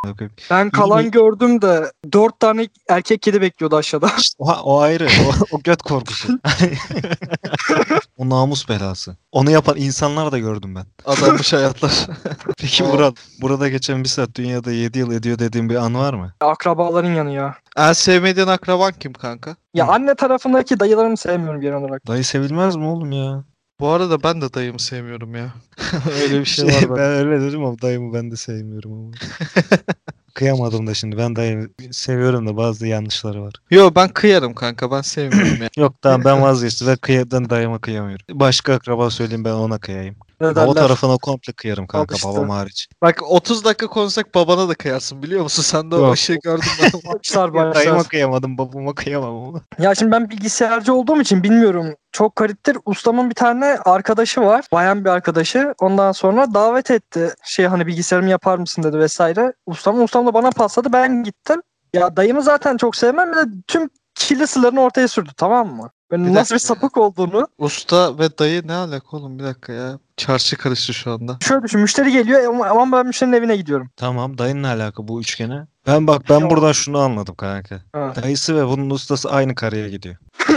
Ben kalan İyi. gördüm de dört tane erkek kedi bekliyordu aşağıda. O, o ayrı. O, o göt korkusu. O namus belası. Onu yapan insanlar da gördüm ben. Adanmış hayatlar. Peki O- Murat, burada geçen bir saat dünyada yedi yıl ediyor dediğin bir an var mı? Akrabaların yanı ya. En sevmediğin akraban kim kanka? Ya Hı. anne tarafındaki dayılarımı sevmiyorum genel olarak. Dayı sevilmez mi oğlum ya? Bu arada ben de dayımı sevmiyorum ya. Öyle bir şey var ben bende. öyle dedim ama dayımı ben de sevmiyorum ama. Kıyamadım da şimdi. Ben dayımı seviyorum da bazı yanlışları var. Yo ben kıyarım kanka, ben sevmiyorum ya. Yok tamam ben vazgeçtim. Ben kıyadan dayıma kıyamıyorum. Başka akraba söyleyeyim ben ona kıyayım. Ne Baba derler? tarafına komple kıyarım kanka, Al işte. babam hariç. Bak otuz dakika konuşsak babana da kıyarsın biliyor musun? Sen de o Yok. ışığı gördün ben. Başlar Dayıma başlar. kıyamadım, babama kıyamam ama. Ya şimdi ben bilgisayarcı olduğum için bilmiyorum. Çok gariptir. Ustamın bir tane arkadaşı var. Bayan bir arkadaşı. Ondan sonra davet etti. Şey hani bilgisayarımı yapar mısın dedi vesaire. Ustam, ustam da bana pasladı. Ben gittim. Ya dayımı zaten çok sevmem. Bir de tüm kirli sırlarını ortaya sürdü, tamam mı? Ben Bir nasıl bir dakika. sapık olduğunu. Usta ve dayı ne alaka oğlum, bir dakika ya. Çarşı karıştı şu anda. Şöyle düşün, müşteri geliyor ama, ama ben müşterinin evine gidiyorum. Tamam, dayınla alaka bu üçgene. Ben bak ben Yok. buradan şunu anladım kanka. Ha. Dayısı ve bunun ustası aynı karıya gidiyor.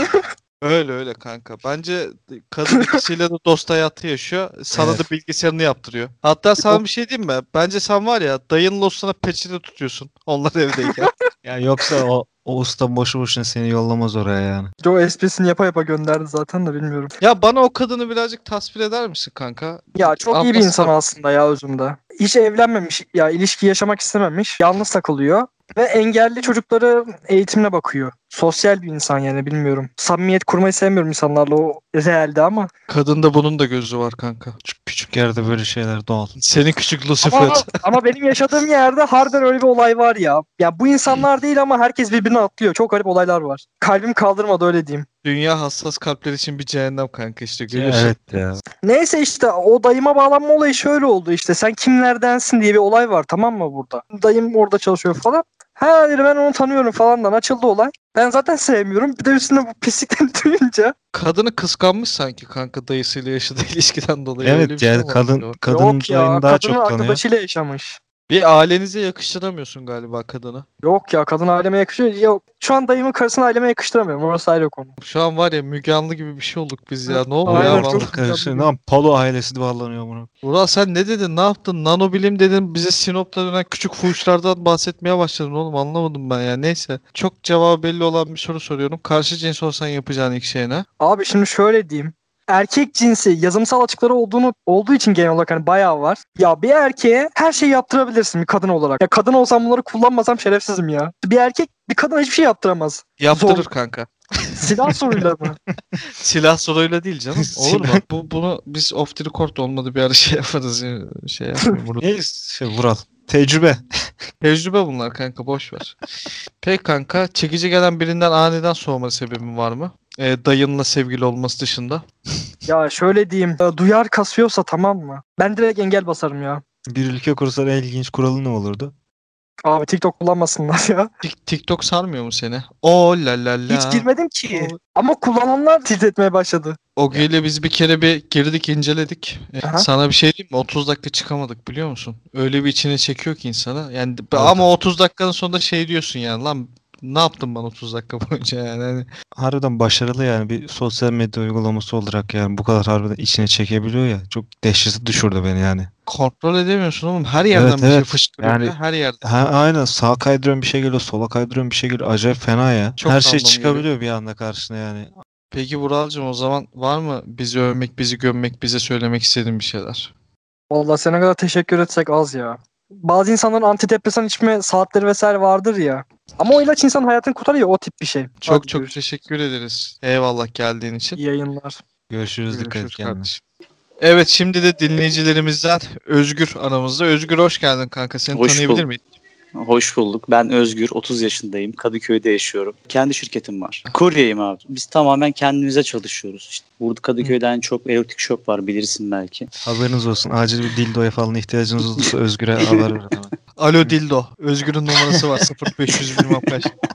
Öyle öyle kanka. Bence kadın ikisiyle de dost hayatı yaşıyor. Sana Evet. da bilgisayarını yaptırıyor. Hatta sana Yok. bir şey diyeyim mi? Bence sen var ya dayının ustana peçete tutuyorsun. Onlar evdeyken. Ya yoksa o o usta boşu boşuna seni yollamaz oraya yani. O esprisini yapa yapa gönderdi zaten de bilmiyorum. Ya bana o kadını birazcık tasvir eder misin kanka? Ya çok iyi bir Ablası insan da- aslında ya özünde. Hiç evlenmemiş, ya ilişki yaşamak istememiş. Yalnız takılıyor. Ve engelli çocukları eğitimine bakıyor. Sosyal bir insan yani, bilmiyorum. Samimiyet kurmayı sevmiyorum insanlarla, o realde ama. Kadında bunun da gözü var kanka. Küçük, küçük yerde böyle şeyler doğal. Senin küçük Lucifer. Ama, ama benim yaşadığım yerde harbiden öyle bir olay var ya. Ya bu insanlar değil ama herkes birbirine atlıyor. Çok garip olaylar var. Kalbim kaldırmadı, öyle diyeyim. Dünya hassas kalpler için bir cehennem kanka işte görüyorsun. Evet ya. Neyse işte o dayıma bağlanma olayı şöyle oldu işte. Sen kimlerdensin diye bir olay var, tamam mı burada? Dayım orada çalışıyor falan. Ha dedi, ben onu tanıyorum falandan açıldı olay. Ben zaten sevmiyorum. Bir de üstüne bu pislikten duyunca. Kadını kıskanmış sanki kanka dayısıyla yaşadığı ilişkiden dolayı. Öyle bir Evet şey yani mi var kadın acaba? kadının Yok ya, dayını daha kadının çok tanıyor. arkadaşıyla yaşamış. Bir ailenize yakıştıramıyorsun galiba kadını. Yok ya, kadın aileme yakışıyor. Yok, şu an dayımın karısını aileme yakıştıramıyorum. Orası ayrı konu. Şu an var ya Müge Anlı gibi bir şey olduk biz ya. Ne oldu Aynen, ya çok- vallahi? Arkadaşlar lan Palo ailesi bağlanıyor bunu. Ulan sen ne dedin? Ne yaptın? Nanobilim dedin. Bize Sinop'ta dönen küçük fuhuşlardan bahsetmeye başladın oğlum. Anlamadım ben ya. Neyse. Çok cevabı belli olan bir soru soruyorum. Karşı cins olsan yapacağın ilk şey ne? Abi şimdi şöyle diyeyim. Erkek cinsi yazımsal açıkları olduğunu olduğu için genel olarak hani bayağı var. Ya bir erkeğe her şeyi yaptırabilirsin bir kadın olarak. Ya kadın olsam bunları kullanmasam şerefsizim ya. Bir erkek bir kadına hiçbir şey yaptıramaz. Yaptırır Zor. kanka. Silah soruyla mı? Silah soruyla değil canım. Olur mu? Silah. Bu, bunu biz off the record olmadı bir ara şey yaparız. ya. Şey yapmayayım bunu. Neyse şey, Vural. Tecrübe. Tecrübe bunlar kanka, boş ver. Peki kanka, çekici gelen birinden aniden soğuma sebebin var mı? Ee, dayınla sevgili olması dışında. Ya şöyle diyeyim. e, Duyar kasıyorsa tamam mı? Ben direkt engel basarım ya. Bir ülke kursan en ilginç kuralı ne olurdu? Abi TikTok kullanmasınlar ya. Tik- TikTok sarmıyor mu seni? O la la la. Hiç girmedim ki. O- Ama kullananlar tilt etmeye başladı. O ile biz bir kere bir girdik, inceledik. Ee, Aha. sana bir şey diyeyim mi? otuz dakika çıkamadık biliyor musun? Öyle bir içine çekiyor ki insana. Yani Evet. ama otuz dakikanın sonunda şey diyorsun yani, lan ne yaptım ben otuz dakika boyunca yani. Hani Harbiden başarılı yani bir sosyal medya uygulaması olarak yani bu kadar harbiden içine çekebiliyor ya. Çok dehşete düşürdü beni yani. kontrol edemiyorsun oğlum. Her yerden Evet, bir şey evet. fışkırıyor Yani- ya, her yerden. Ha, aynen sağa kaydırıyorum bir şey geliyor, sola kaydırıyorum bir şey geliyor. Acayip fena ya. Çok Her şey random çıkabiliyor bir anda karşına yani. Peki Vuralcığım, o zaman var mı bizi övmek, bizi gömmek, bize söylemek istediğin bir şeyler? Vallahi sana kadar teşekkür etsek az ya. Bazı insanların antidepresan içme saatleri vesaire vardır ya. Ama o ilaç insan hayatını kurtarıyor, o tip bir şey. Çok Hadi çok görüşürüz. teşekkür ederiz. Eyvallah geldiğin için. İyi yayınlar. Görüşürüz, dikkat et Görüşürüz kendine. kardeşim. Evet, şimdi de dinleyicilerimizden Özgür aramızda. Özgür hoş geldin kanka. Seni Hoş tanıyabilir bulduk. miyiz? Hoş bulduk. Ben Özgür, otuz yaşındayım. Kadıköy'de yaşıyorum. Kendi şirketim var. Kuryeyim abi. Biz tamamen kendimize çalışıyoruz. İşte burada Kadıköy'de en çok elektrik şok var, bilirsin belki. Haberiniz olsun. Acil bir dildoya falan ihtiyacınız olursa Özgür'e haber verin hemen. Alo Dildo. Özgür'ün numarası var. sıfır beş yüz bilmem kaç.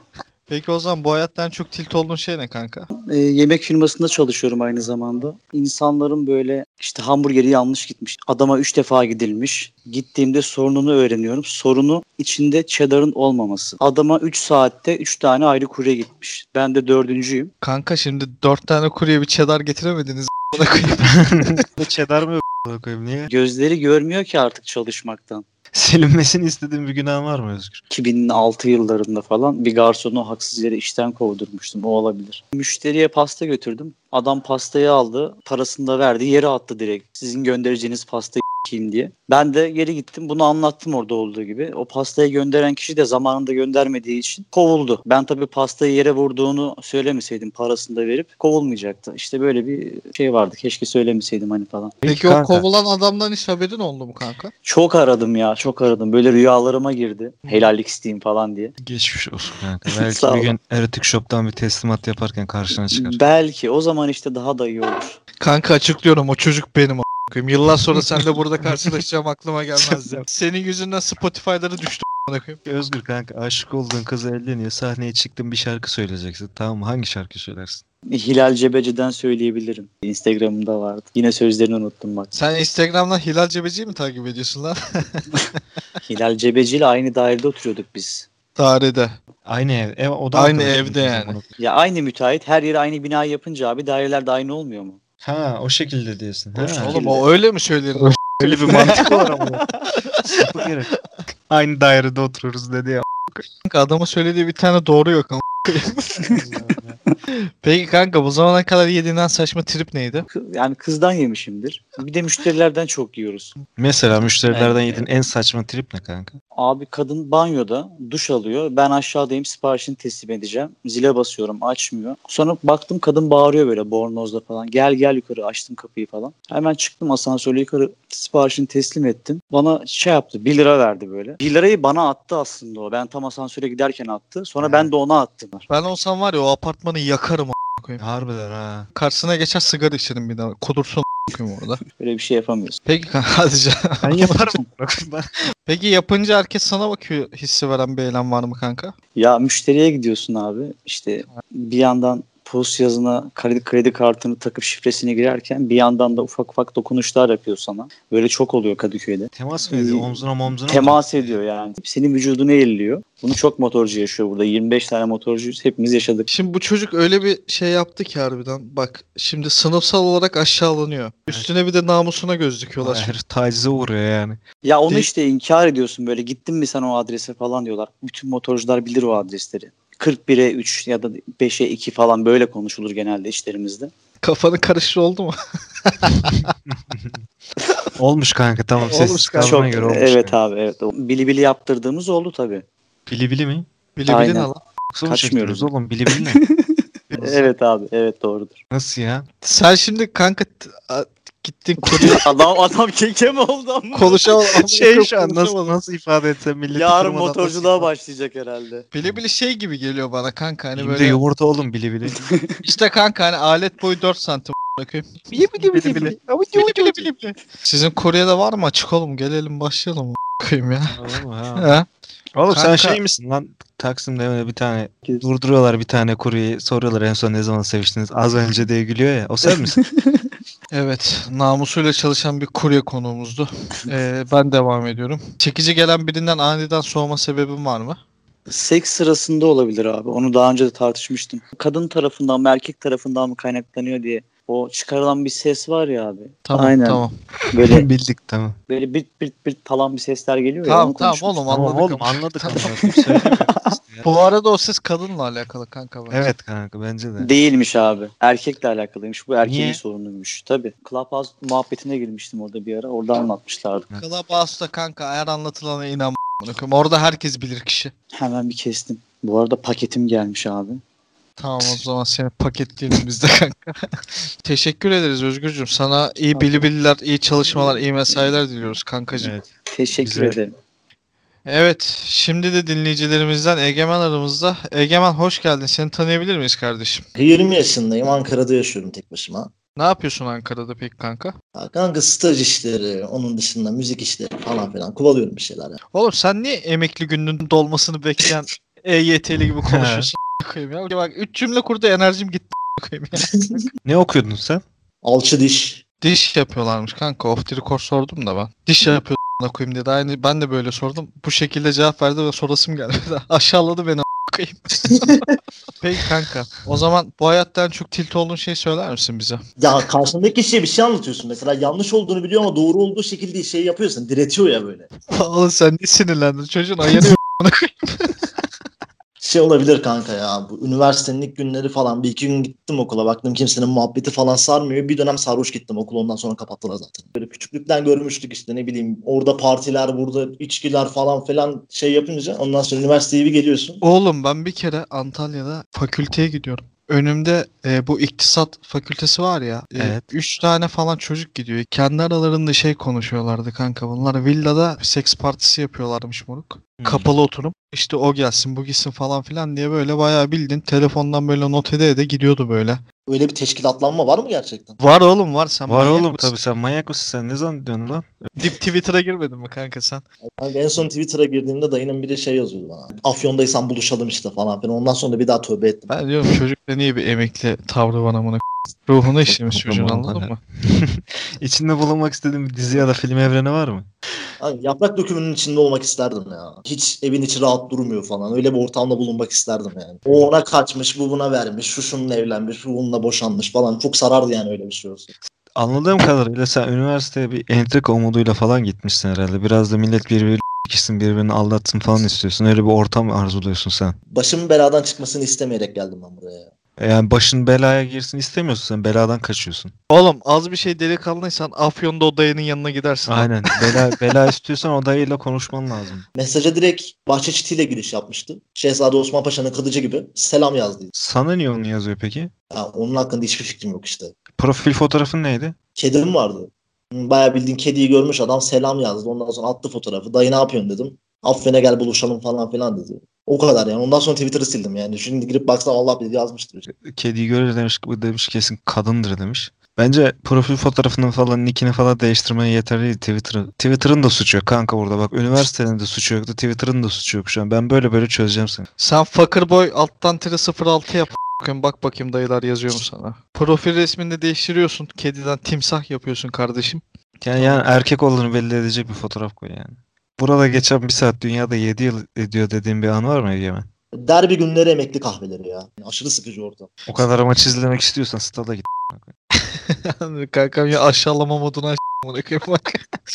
Peki o zaman bu hayattan çok tilt olduğun şey ne kanka? Ee, yemek firmasında çalışıyorum aynı zamanda. İnsanların böyle işte hamburgeri yanlış gitmiş. Adama üç defa gidilmiş. Gittiğimde sorununu öğreniyorum. Sorunu içinde cheddar'ın olmaması. Adama üç saatte üç tane ayrı kurye gitmiş. Ben de dördüncüyüm. Kanka şimdi dört tane kurye bir cheddar getiremediniz. Buna koyayım. Bu cheddar mı yok koyayım niye? Gözleri görmüyor ki artık çalışmaktan. Silinmesini istediğin bir günahın var mı Özgür? iki bin altı yıllarında falan bir garsonu haksız yere işten kovdurmuştum. O olabilir. Müşteriye pasta götürdüm. Adam pastayı aldı. Parasını da verdi. Yere attı direkt. Sizin göndereceğiniz pastayı s**eyim diye. Ben de geri gittim. Bunu anlattım orada olduğu gibi. O pastayı gönderen kişi de zamanında göndermediği için kovuldu. Ben tabii pastayı yere vurduğunu söylemeseydim, parasını da verip kovulmayacaktı. İşte böyle bir şey vardı. Keşke söylemeseydim hani falan. Peki o kanka. kovulan adamdan hiç haberin oldu mu kanka? Çok aradım ya. Çok aradım. Böyle rüyalarıma girdi. Helallik isteyeyim falan diye. Geçmiş olsun kanka. Belki Sağ bir ol. gün erotik shop'tan bir teslimat yaparken karşına çıkar. Belki. O zaman işte daha da iyi olur. Kanka açıklıyorum, o çocuk benim a**ına koyayım. Yıllar sonra seninle burada karşılaşacağım aklıma gelmez ya. Senin yüzünden Spotify'ları düştü a**ına koyayım. Özgür kanka aşık olduğun kız evleniyor. Sahneye çıktın bir şarkı söyleyeceksin. Tamam mı? Hangi şarkı söylersin? Hilal Cebeci'den söyleyebilirim. Instagram'da vardı. Yine sözlerini unuttum bak. Sen Instagram'dan Hilal Cebeci'yi mi takip ediyorsun lan? Hilal Cebeci ile aynı dairede oturuyorduk biz. Dairede. Aynı ev. ev o da Aynı arkadaşım evde o yani. zaman. Ya aynı müteahhit her yere aynı binayı yapınca abi daireler de aynı olmuyor mu? Ha o şekilde diyorsun. Ha. şekilde. Oğlum o öyle mi söylenir? Öyle bir mantık var ama. Sapık herif. Aynı dairede oturuyoruz dedi ya. Kanka adamın söylediği bir tane doğru yok ama. Peki kanka bu zamana kadar yediğin en saçma trip neydi? Kı- Yani kızdan yemişimdir. Bir de müşterilerden çok yiyoruz. Mesela müşterilerden Evet. yediğin en saçma trip ne kanka? Abi kadın banyoda duş alıyor. Ben aşağıdayım, siparişini teslim edeceğim. Zile basıyorum, açmıyor. Sonra baktım kadın bağırıyor böyle bornozla falan. Gel gel yukarı, açtım kapıyı falan. Hemen çıktım asansörle yukarı, siparişini teslim ettim. Bana şey yaptı, bir lira verdi böyle. Bir lirayı bana attı aslında o. Ben tam asansöre giderken attı. Sonra Ha. ben de ona attım. Ben olsam var ya o apartmanı yakarım a**ına koyayım. Harbiden ha. Karşısına geçer sigara içerim bir daha. Kudursun a**ına koyayım orada. Böyle bir şey yapamıyorsun. Peki kanka hadi canım. Ben yaparım. Ben- Peki yapınca herkes sana bakıyor hissi veren bir eylem var mı kanka? Ya müşteriye gidiyorsun abi. İşte bir yandan post yazına kredi, kredi kartını takıp şifresini girerken bir yandan da ufak ufak dokunuşlar yapıyor sana. Böyle çok oluyor Kadıköy'de. Temas mı ediyor? Omzuna omzuna mı? Temas ediyor yani. Senin vücudunu elliyor. Bunu çok motorcu yaşıyor burada. yirmi beş tane motorcuyuz. Hepimiz yaşadık. Şimdi bu çocuk öyle bir şey yaptı ki harbiden. Bak şimdi sınıfsal olarak aşağılanıyor. Üstüne bir de namusuna göz dikiyorlar. Vay, herif tacize uğruyor yani. Ya onu De- işte inkar ediyorsun böyle. Gittin mi sen o adrese falan diyorlar. Bütün motorcular bilir o adresleri. kırk bire üç ya da beşe iki falan böyle konuşulur genelde işlerimizde. Kafanı karıştı oldu mu? Olmuş kanka tamam Olmuş sessiz kanka. kaldığına Çok göre olmuş. evet kanka. abi evet. O Bili bili yaptırdığımız oldu tabii. Bili bili mi? Bili bili Aynen. ne lan? Yoksa mı Kaçmıyoruz. çektiniz oğlum? Bili bili ne? Evet abi evet doğrudur. Nasıl ya? Sen şimdi kanka t- a- gittin kurye adam adam keke mi oldu ama? konuşamadın. Şey şu an nasıl, nasıl ifade etsem milleti Yarın kırmadan nasıl motorculuğa ifade- başlayacak herhalde. Bili bili şey gibi geliyor bana kanka hani Şimdi böyle. yumurta oğlum bili bili. İşte kanka hani alet boyu dört santim bakayım. Bili bili bili bili. Bili bili bili bili. Sizin Kore'de var mı açık oğlum? Gelelim başlayalım bakayım ya. Oğlum, ha. Ha? Oğlum sen Kanka- şey misin lan? Taksim'de öyle bir tane durduruyorlar bir tane kuryeyi soruyorlar en son ne zaman seviştiniz az önce diye gülüyor ya o sen misin? Evet, namusuyla çalışan bir kurye konuğumuzdu. Ee, ben devam ediyorum. Çekici gelen birinden aniden soğuma sebebin var mı? Seks sırasında olabilir abi. Onu daha önce de tartışmıştım. Kadın tarafından mı erkek tarafından mı kaynaklanıyor diye. O çıkarılan bir ses var ya abi. Tamam, Aynen. tamam. Böyle Bildik tamam. böyle bit bit bit falan bir sesler geliyor ya. Tamam, onu tamam konuşmuştuk. oğlum, Tamam anladık oğlum ama. anladık Tamam. ama. Söylemiyorum işte ya. Bu arada o ses kadınla alakalı kanka. bence. Evet kanka bence de. Değilmiş abi. Erkekle alakalıymış. Bu erkeğin Niye? sorunuymuş. Tabii. Clubhouse muhabbetine girmiştim orada bir ara. Orada anlatmışlardı. Clubhouse'da kanka eğer anlatılana inan. Orada herkes bilir kişi. Hemen bir kestim. Bu arada paketim gelmiş abi. Tamam o zaman seni paketleyelim biz de kanka. Teşekkür ederiz Özgürcüğüm. Sana iyi bilibililer, iyi çalışmalar, iyi mesailer diliyoruz kankacığım. Evet. Evet. Teşekkür Güzel. ederim. Şimdi de dinleyicilerimizden Egemen aramızda. Egemen hoş geldin. Seni tanıyabilir miyiz kardeşim? yirmi yaşındayım. Ankara'da yaşıyorum tek başıma. Ne yapıyorsun Ankara'da peki kanka? Ya kanka staj işleri, onun dışında müzik işleri falan filan kovalıyorum bir şeyler ya. Oğlum sen niye emekli gününün dolmasını bekleyen E Y T'li gibi konuşuyorsun. koyayım ya. Bak üç cümle kurdu enerjim gitti. koyayım ya. Ne okuyordun sen? Alçı diş. Diş yapıyorlarmış kanka. Off the record sordum da ben. Diş yapıyor koyayım dedi. Aynı ben de böyle sordum. Bu şekilde cevap verdi ve sorasım gelmedi. Aşağıladı beni koyayım. Peki kanka. O zaman bu hayattan çok tilt olduğun şeyi söyler misin bize? Ya karşındaki kişiye bir şey anlatıyorsun. Mesela yanlış olduğunu biliyor ama doğru olduğu şekilde şey yapıyorsun. Diretiyor ya böyle. Oğlum sen ne sinirlendin? Çocuğun ayarı yok. Şey olabilir kanka ya. Bu üniversitenin ilk günleri falan. Bir iki gün gittim okula. Baktım kimsenin muhabbeti falan sarmıyor. Bir dönem sarhoş gittim okula. Ondan sonra kapattılar zaten. Böyle küçüklükten görmüştük işte ne bileyim. Orada partiler, burada içkiler falan filan şey yapınca. Ondan sonra üniversiteye bir geliyorsun. Oğlum ben bir kere Antalya'da fakülteye gidiyorum. Önümde e, bu iktisat fakültesi var ya. E, Evet. Üç tane falan çocuk gidiyor. Kendi aralarında şey konuşuyorlardı kanka. Bunlar villada seks partisi yapıyorlarmış moruk. Hmm. Kapalı oturum. İşte o gelsin bu gitsin falan filan diye böyle bayağı bildin. Telefondan böyle not ede ede gidiyordu böyle. Öyle bir teşkilatlanma var mı gerçekten? Var oğlum var sen Var manyak oğlum mısın? tabii sen manyak mısın sen ne zannediyorsun lan? Dip Twitter'a girmedin mi kanka sen? Kanka en son Twitter'a girdiğimde dayının biri şey yazıyordu bana. Afyon'daysan buluşalım işte falan filan. Ondan sonra bir daha tövbe ettim. Ben diyorum çocukta niye bir emekli tavrı var amına k- Ruhuna işlemiş çocuğun anladın mı? İçinde bulunmak istediğin bir dizi ya da film evreni var mı? Hani yaprak dökümünün içinde olmak isterdim ya. Hiç evin içi rahat durmuyor falan. Öyle bir ortamda bulunmak isterdim yani. O ona kaçmış, bu buna vermiş, şu şununla evlenmiş, bu bununla boşanmış falan. Çok sarardı yani öyle bir şey olsa. Anladığım kadarıyla sen üniversiteye bir entrika umuduyla falan gitmişsin herhalde. Biraz da millet birbiriyle kişisin birbirini aldatsın falan istiyorsun. Öyle bir ortam arzuluyorsun sen. Başımın beladan çıkmasını istemeyerek geldim ben buraya ya. Yani başın belaya girsin istemiyorsun sen. Beladan kaçıyorsun. Oğlum az bir şey delikanlıysan Afyon'da o dayının yanına gidersin. lan. Aynen. Bela, bela istiyorsan o dayıyla konuşman lazım. Mesaja direkt bahçe çitiyle giriş yapmıştı. Şehzade Osman Paşa'nın kılıcı gibi selam yazdı. Sana niye onu yazıyor peki? Ya onun hakkında hiçbir fikrim yok işte. Profil fotoğrafın neydi? Kedim vardı. Bayağı bildiğin kediyi görmüş adam selam yazdı. Ondan sonra attı fotoğrafı. Dayı ne yapıyorsun dedim. Afyon'a gel buluşalım falan filan dedi. O kadar yani. Ondan sonra Twitter'ı sildim yani. Şimdi girip baksam Allah bilir yazmıştır. Kediyi görür demiş, bu demiş kesin kadındır demiş. Bence profil fotoğrafını falan, nickini falan değiştirmeye yeterli değil Twitter'ı. Twitter'ın da suçu yok kanka burada bak. Üniversitenin de suçu yoktu. Twitter'ın da suçu yok şu an. Ben böyle böyle çözeceğim seni. Sen Fuckerboy alttan tire sıfır altı yap. Bakayım, bak bakayım dayılar yazıyor mu sana? Profil resmini de değiştiriyorsun. Kediden timsah yapıyorsun kardeşim. Yani, yani erkek olduğunu belli edecek bir fotoğraf koy yani. Burada geçen bir saat dünyada yedi yıl ediyor dediğim bir an var mı Egemen? Derbi günleri emekli kahveleri ya. Aşırı sıkıcı ortam. O kadar maç izlemek istiyorsan stada git. Kankam ya aşağılama moduna aç. Bırakayım bak.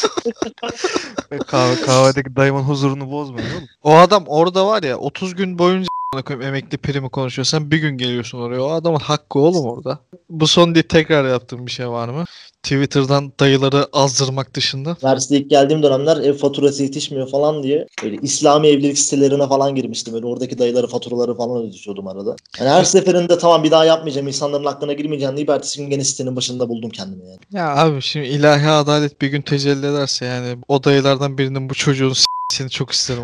Kahve, kahvedeki dayımın huzurunu bozmuyor oğlum. O adam orada var ya otuz gün boyunca koyayım, emekli primi konuşuyor. Sen bir gün geliyorsun oraya. O adamın hakkı oğlum orada. Bu son değil tekrar yaptığın bir şey var mı? Twitter'dan dayıları azdırmak dışında. Üniversiteye ilk geldiğim dönemler ev faturası yetişmiyor falan diye böyle İslami evlilik sitelerine falan girmiştim. Böyle oradaki dayıları faturaları falan ödüyordum arada. Yani her seferinde tamam bir daha yapmayacağım, insanların hakkına girmeyeceğim deyip ertesi gün gene sitenin başında buldum kendimi yani. Ya abi şimdi ilahi adalet bir gün tecelli ederse yani o dayılardan birinin bu çocuğun s**sini çok isterim.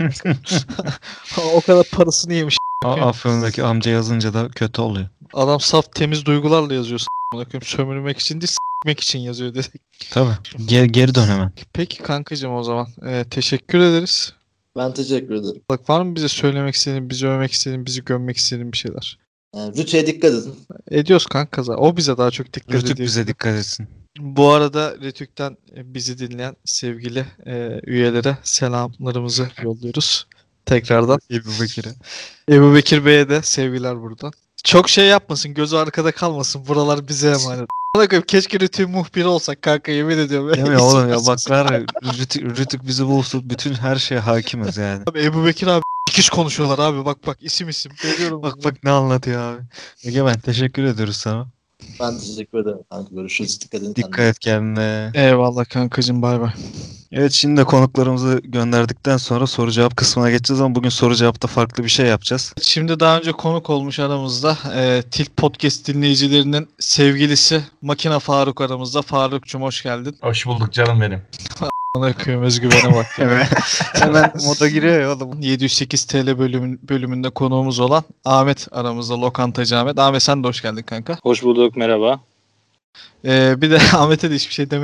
O kadar parasını yemiş. A- Afyon'daki amca yazınca da kötü oluyor. Adam saf temiz duygularla yazıyor. s***. Sömürmek için değil s**mek için yazıyor dedik. Tabii. Geri, geri dön hemen. Peki kankacığım o zaman. Ee, teşekkür ederiz. Ben teşekkür ederim. Bak var mı bize söylemek istediğin, bizi övmek istediğin, bizi gömmek istediğin bir şeyler? Yani rütüye dikkat edin. Ediyoruz kanka zaten. O bize daha çok dikkat Rütük ediyor. bize dikkat etsin. Bu arada Rütük'ten e, bizi dinleyen sevgili e, üyelere selamlarımızı yolluyoruz. Tekrardan. Ebu Bekir'e. Ebu Bekir Bey'e de sevgiler buradan. Çok şey yapmasın, gözü arkada kalmasın. Buralar bize emanet. Bana koyayım, keşke Rütük'ün muhbiri olsak kanka yemin ediyorum. Değil mi oğlum ya bak var ya Rütük, Rütük bizi bulsun bütün her şeye hakimiz yani. Abi Ebu Bekir abi dikiş konuşuyorlar abi bak bak isim isim. Görüyorum. Bak bak ne anlatıyor abi. Egemen teşekkür ediyoruz sana. Ben teşekkür ederim. Kanka görüşürüz. Dikkat edin. Dikkat et kendine. Eyvallah kankacığım bay bay. Evet şimdi de konuklarımızı gönderdikten sonra soru cevap kısmına geçeceğiz ama bugün soru cevapta farklı bir şey yapacağız. Şimdi daha önce konuk olmuş aramızda e, Tilt Podcast dinleyicilerinin sevgilisi Makina Faruk aramızda. Faruk'cum hoş geldin. Hoş bulduk canım benim. Bana kıyım özgüvene bak. Evet. Hemen moda giriyor ya oğlum. yedi yüz sekiz T L bölümün, bölümünde konuğumuz olan Ahmet aramızda. Lokantacı Ahmet. Ahmet sen de hoş geldin kanka. Hoş bulduk, merhaba. E, bir de Ahmet'e de hiçbir şey demedim.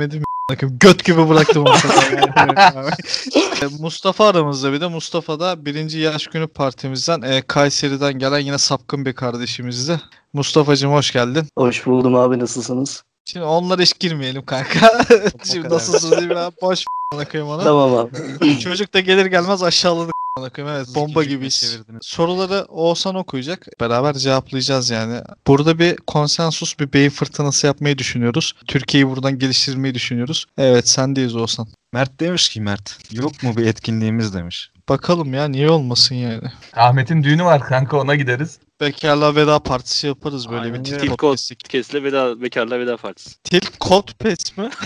Bakın göt gibi bıraktım ortada. E, Mustafa aramızda, bir de Mustafa da birinci yaş günü partimizden e, Kayseri'den gelen yine sapkın bir kardeşimizdi. Mustafa'cığım hoş geldin. Hoş buldum abi, nasılsınız? Şimdi onlara hiç girmeyelim kanka. Şimdi kadar. nasılsınız diye biraz boş a**ına koyayım ona. Tamam abi. Çocuk da gelir gelmez aşağıladık a**ına koyayım. Evet, bomba İkinci gibiyiz. çevirdiniz. Soruları Oğuzhan okuyacak. Beraber cevaplayacağız yani. Burada bir konsensus, bir beyin fırtınası yapmayı düşünüyoruz. Türkiye'yi buradan geliştirmeyi düşünüyoruz. Evet, sendeyiz Oğuzhan. Mert demiş ki Mert yok mu bir etkinliğimiz demiş. Bakalım ya, niye olmasın yani. Ahmet'in düğünü var kanka, ona gideriz. Bekarlığa veda partisi yaparız böyle Aynen bir öyle. til Tilkot podcast'lik. Kesle veda, bekarla veda partisi. Til Cold Pes mi?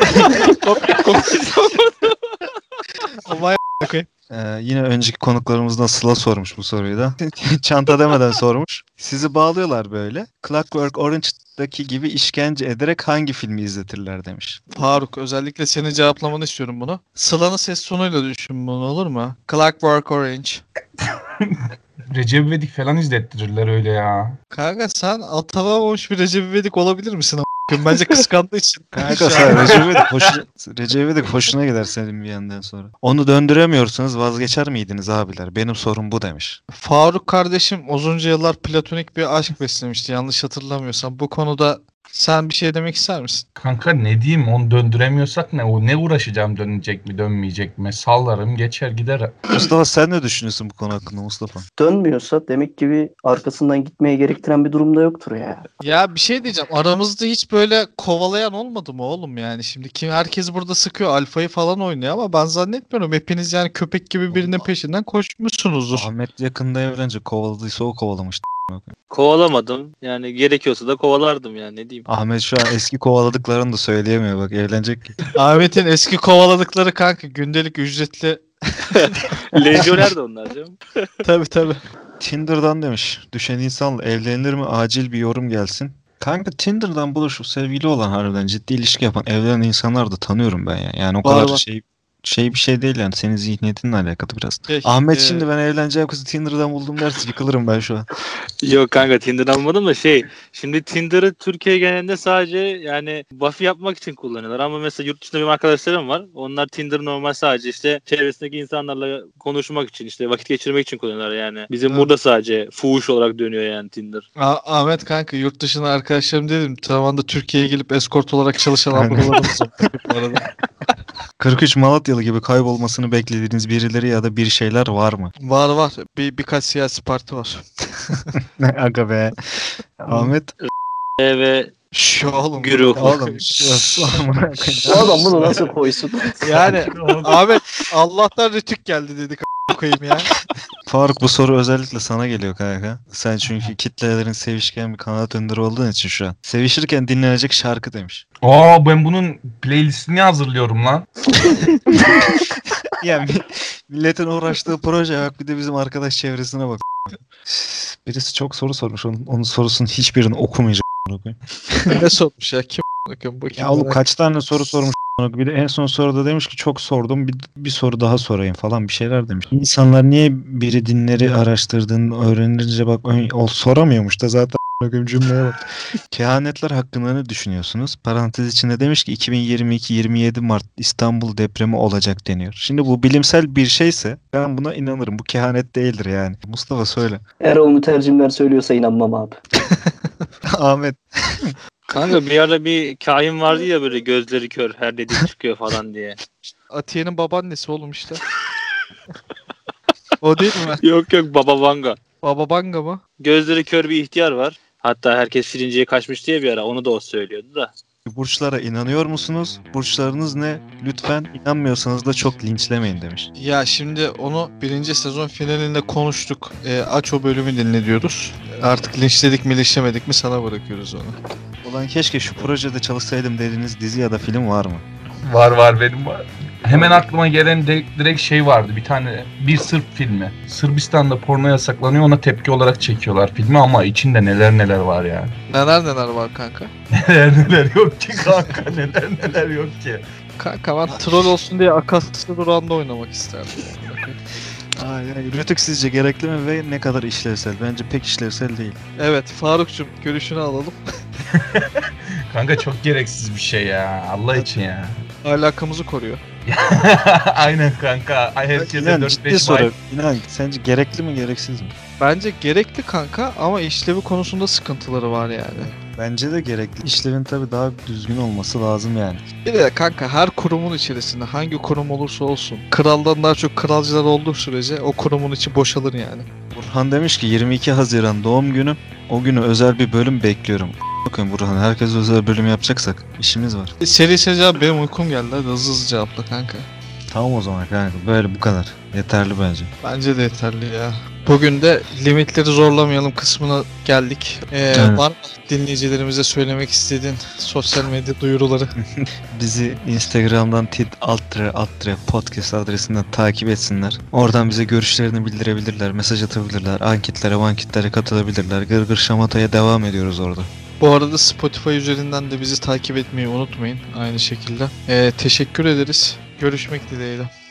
Vay a**ına koyayım. Ee, yine önceki konuklarımızdan Sıla sormuş bu soruyu da. Çanta demeden sormuş. Sizi bağlıyorlar böyle. Clockwork Orange'daki gibi işkence ederek hangi filmi izletirler demiş. Faruk, özellikle senin cevaplamanı istiyorum bunu. Sıla'nın ses tonuyla düşün bunu, olur mu? Clockwork Orange. Recep İvedik falan izlettirirler öyle ya. Kanka sen atamamış bir Recep İvedik olabilir misin a**? Bence kıskandığı için. Kanka sen Recep İvedik hoşuna, Recep İvedik hoşuna gider senin bir yandan sonra. Onu döndüremiyorsanız vazgeçer miydiniz abiler? Benim sorum bu demiş. Faruk kardeşim uzunca yıllar platonik bir aşk beslemişti yanlış hatırlamıyorsam. Bu konuda sen bir şey demek ister misin? Kanka ne diyeyim, onu döndüremiyorsak ne o, ne uğraşacağım, dönecek mi dönmeyecek mi, sallarım geçer gider. Mustafa sen ne düşünüyorsun bu konu hakkında Mustafa? Dönmüyorsa demek ki bir arkasından gitmeye gerektiren bir durumda yoktur ya. Ya bir şey diyeceğim. Aramızda hiç böyle kovalayan olmadı mı oğlum yani? Şimdi kim, herkes burada sıkıyor. Alfa'yı falan oynuyor ama ben zannetmiyorum. Hepiniz yani köpek gibi birinin peşinden koşmuşsunuzdur. Ahmet yakında evlenince kovaladıysa o kovalamış. Kovalamadım. Yani gerekiyorsa da kovalardım yani, ne diyeyim. Ahmet şu an eski kovaladıklarını da söyleyemiyor bak evlenecek ki. Ahmet'in eski kovaladıkları kanka gündelik ücretli. Lejyoner de onlar canım. Tabii tabii. Tinder'dan demiş. Düşen insanla evlenilir mi? Acil bir yorum gelsin. Kanka Tinder'dan buluşup sevgili olan harbiden ciddi ilişki yapan evlenen insanlar da tanıyorum ben ya. Yani o Var, kadar var. şey şey bir şey değil yani senin zihniyetinle alakalı biraz. Şey, Ahmet e, şimdi ben evleneceğim kızı Tinder'dan buldum derse yıkılırım ben şu an. Yok kanka, Tinder almadım da şey. Şimdi Tinder'ı Türkiye genelinde sadece yani buffy yapmak için kullanıyorlar. Ama mesela yurt dışında benim arkadaşlarım var. Onlar Tinder'ı normal sadece işte çevresindeki insanlarla konuşmak için, işte vakit geçirmek için kullanıyorlar yani. Bizim Evet. burada sadece fuhuş olarak dönüyor yani Tinder. Ah- Ahmet kanka yurt dışına arkadaşlarım dedim. Tamam da Türkiye'ye gelip eskort olarak çalışan Aynen. ablalarımız var bu arada. kırk üç Malatyalı gibi kaybolmasını beklediğiniz birileri ya da bir şeyler var mı? Var var. Bir, birkaç siyasi parti var. Ne aga be. Ahmet. E ve Şu oğlum. güruh. Oğlum. amına koyayım. Bu adam bunu nasıl koysun? Yani Ahmet Allah'tan rütük geldi dedik a**ına koyayım ya. Faruk bu soru özellikle sana geliyor kanka. Sen çünkü kitlelerin sevişken bir kanat önderi olduğun için şu an. Sevişirken dinlenecek şarkı demiş. Aa, ben bunun playlistini hazırlıyorum lan. Ya mi- milletin uğraştığı proje bak bir de bizim arkadaş çevresine bak. Birisi çok soru sormuş. Onun, onun sorusunun hiçbirini okumayacağım. Ne sormuş ya? Kim bakın bakayım. Ya oğlum merak- kaç tane soru sormuş. Bir de en son soruda demiş ki çok sordum bir, bir soru daha sorayım falan bir şeyler demiş. İnsanlar niye biri dinleri araştırdığını öğrenince bak ön- o soramıyormuş da zaten bakayım cümleye bak. Kehanetler hakkında ne düşünüyorsunuz? Parantez içinde demiş ki iki bin yirmi iki yirmi yedi Mart İstanbul depremi olacak deniyor. Şimdi bu bilimsel bir şeyse ben buna inanırım. Bu kehanet değildir yani. Mustafa söyle. Erol mütercimler söylüyorsa inanmam abi. Ahmet. Kanka bir ara bir kahin vardı ya, böyle gözleri kör, her dediği çıkıyor falan diye. Atiye'nin babaannesi oğlum işte. O değil mi? Yok yok, Baba Vanga. Baba Banga mı? Gözleri kör bir ihtiyar var. Hatta herkes Şirince'ye kaçmış diye bir ara, onu da o söylüyordu da. Burçlara inanıyor musunuz? Burçlarınız ne? Lütfen inanmıyorsanız da çok linçlemeyin demiş. Ya şimdi onu birinci sezon finalinde konuştuk. Ee, aç o bölümü dinle diyoruz. Artık linçledik mi linçlemedik mi sana bırakıyoruz onu. Ulan keşke şu projede çalışsaydım dediğiniz dizi ya da film var mı? Var var, benim var. Hemen aklıma gelen de, direkt şey vardı, bir tane bir Sırp filmi. Sırbistan'da porno yasaklanıyor, ona tepki olarak çekiyorlar filmi ama içinde neler neler var yani. Neler neler var kanka? Neler neler yok ki kanka, neler neler yok ki. Kanka ben troll olsun diye Akasya Duran'da oynamak isterdim. Aa, yani Rütük sizce gerekli mi ve ne kadar işlevsel? Bence pek işlevsel değil. Evet Faruk'cum görüşünü alalım. Kanka çok gereksiz bir şey ya, Allah için ya. Alakamızı koruyor. Aynen kanka. Herkese İnan dört ciddi beş soru. like. İnan sence gerekli mi gereksiz mi? Bence gerekli kanka ama işlevi konusunda sıkıntıları var yani. Bence de gerekli. İşlevin tabii daha düzgün olması lazım yani. Bir de kanka her kurumun içerisinde hangi kurum olursa olsun kraldan daha çok kralcılar olduğu sürece o kurumun içi boşalır yani. Burhan demiş ki yirmi iki Haziran doğum günü. O günü özel bir bölüm bekliyorum. Bakın Burhan, herkes özel bölüm yapacaksak işimiz var. E, Seri seri cevap, benim uykum geldi. Hadi hızlı hızlı cevapla kanka. Tamam o zaman kanka, böyle bu kadar. Yeterli bence. Bence de yeterli ya. Bugün de limitleri zorlamayalım kısmına geldik. Ee, Evet. Var mı dinleyicilerimize söylemek istediğin sosyal medya duyuruları? Bizi Instagram'dan tit altre altre podcast adresinden takip etsinler. Oradan bize görüşlerini bildirebilirler, mesaj atabilirler, anketlere anketlere katılabilirler. Gırgır şamataya devam ediyoruz orada. Bu arada Spotify üzerinden de bizi takip etmeyi unutmayın aynı şekilde. Ee, teşekkür ederiz. Görüşmek dileğiyle.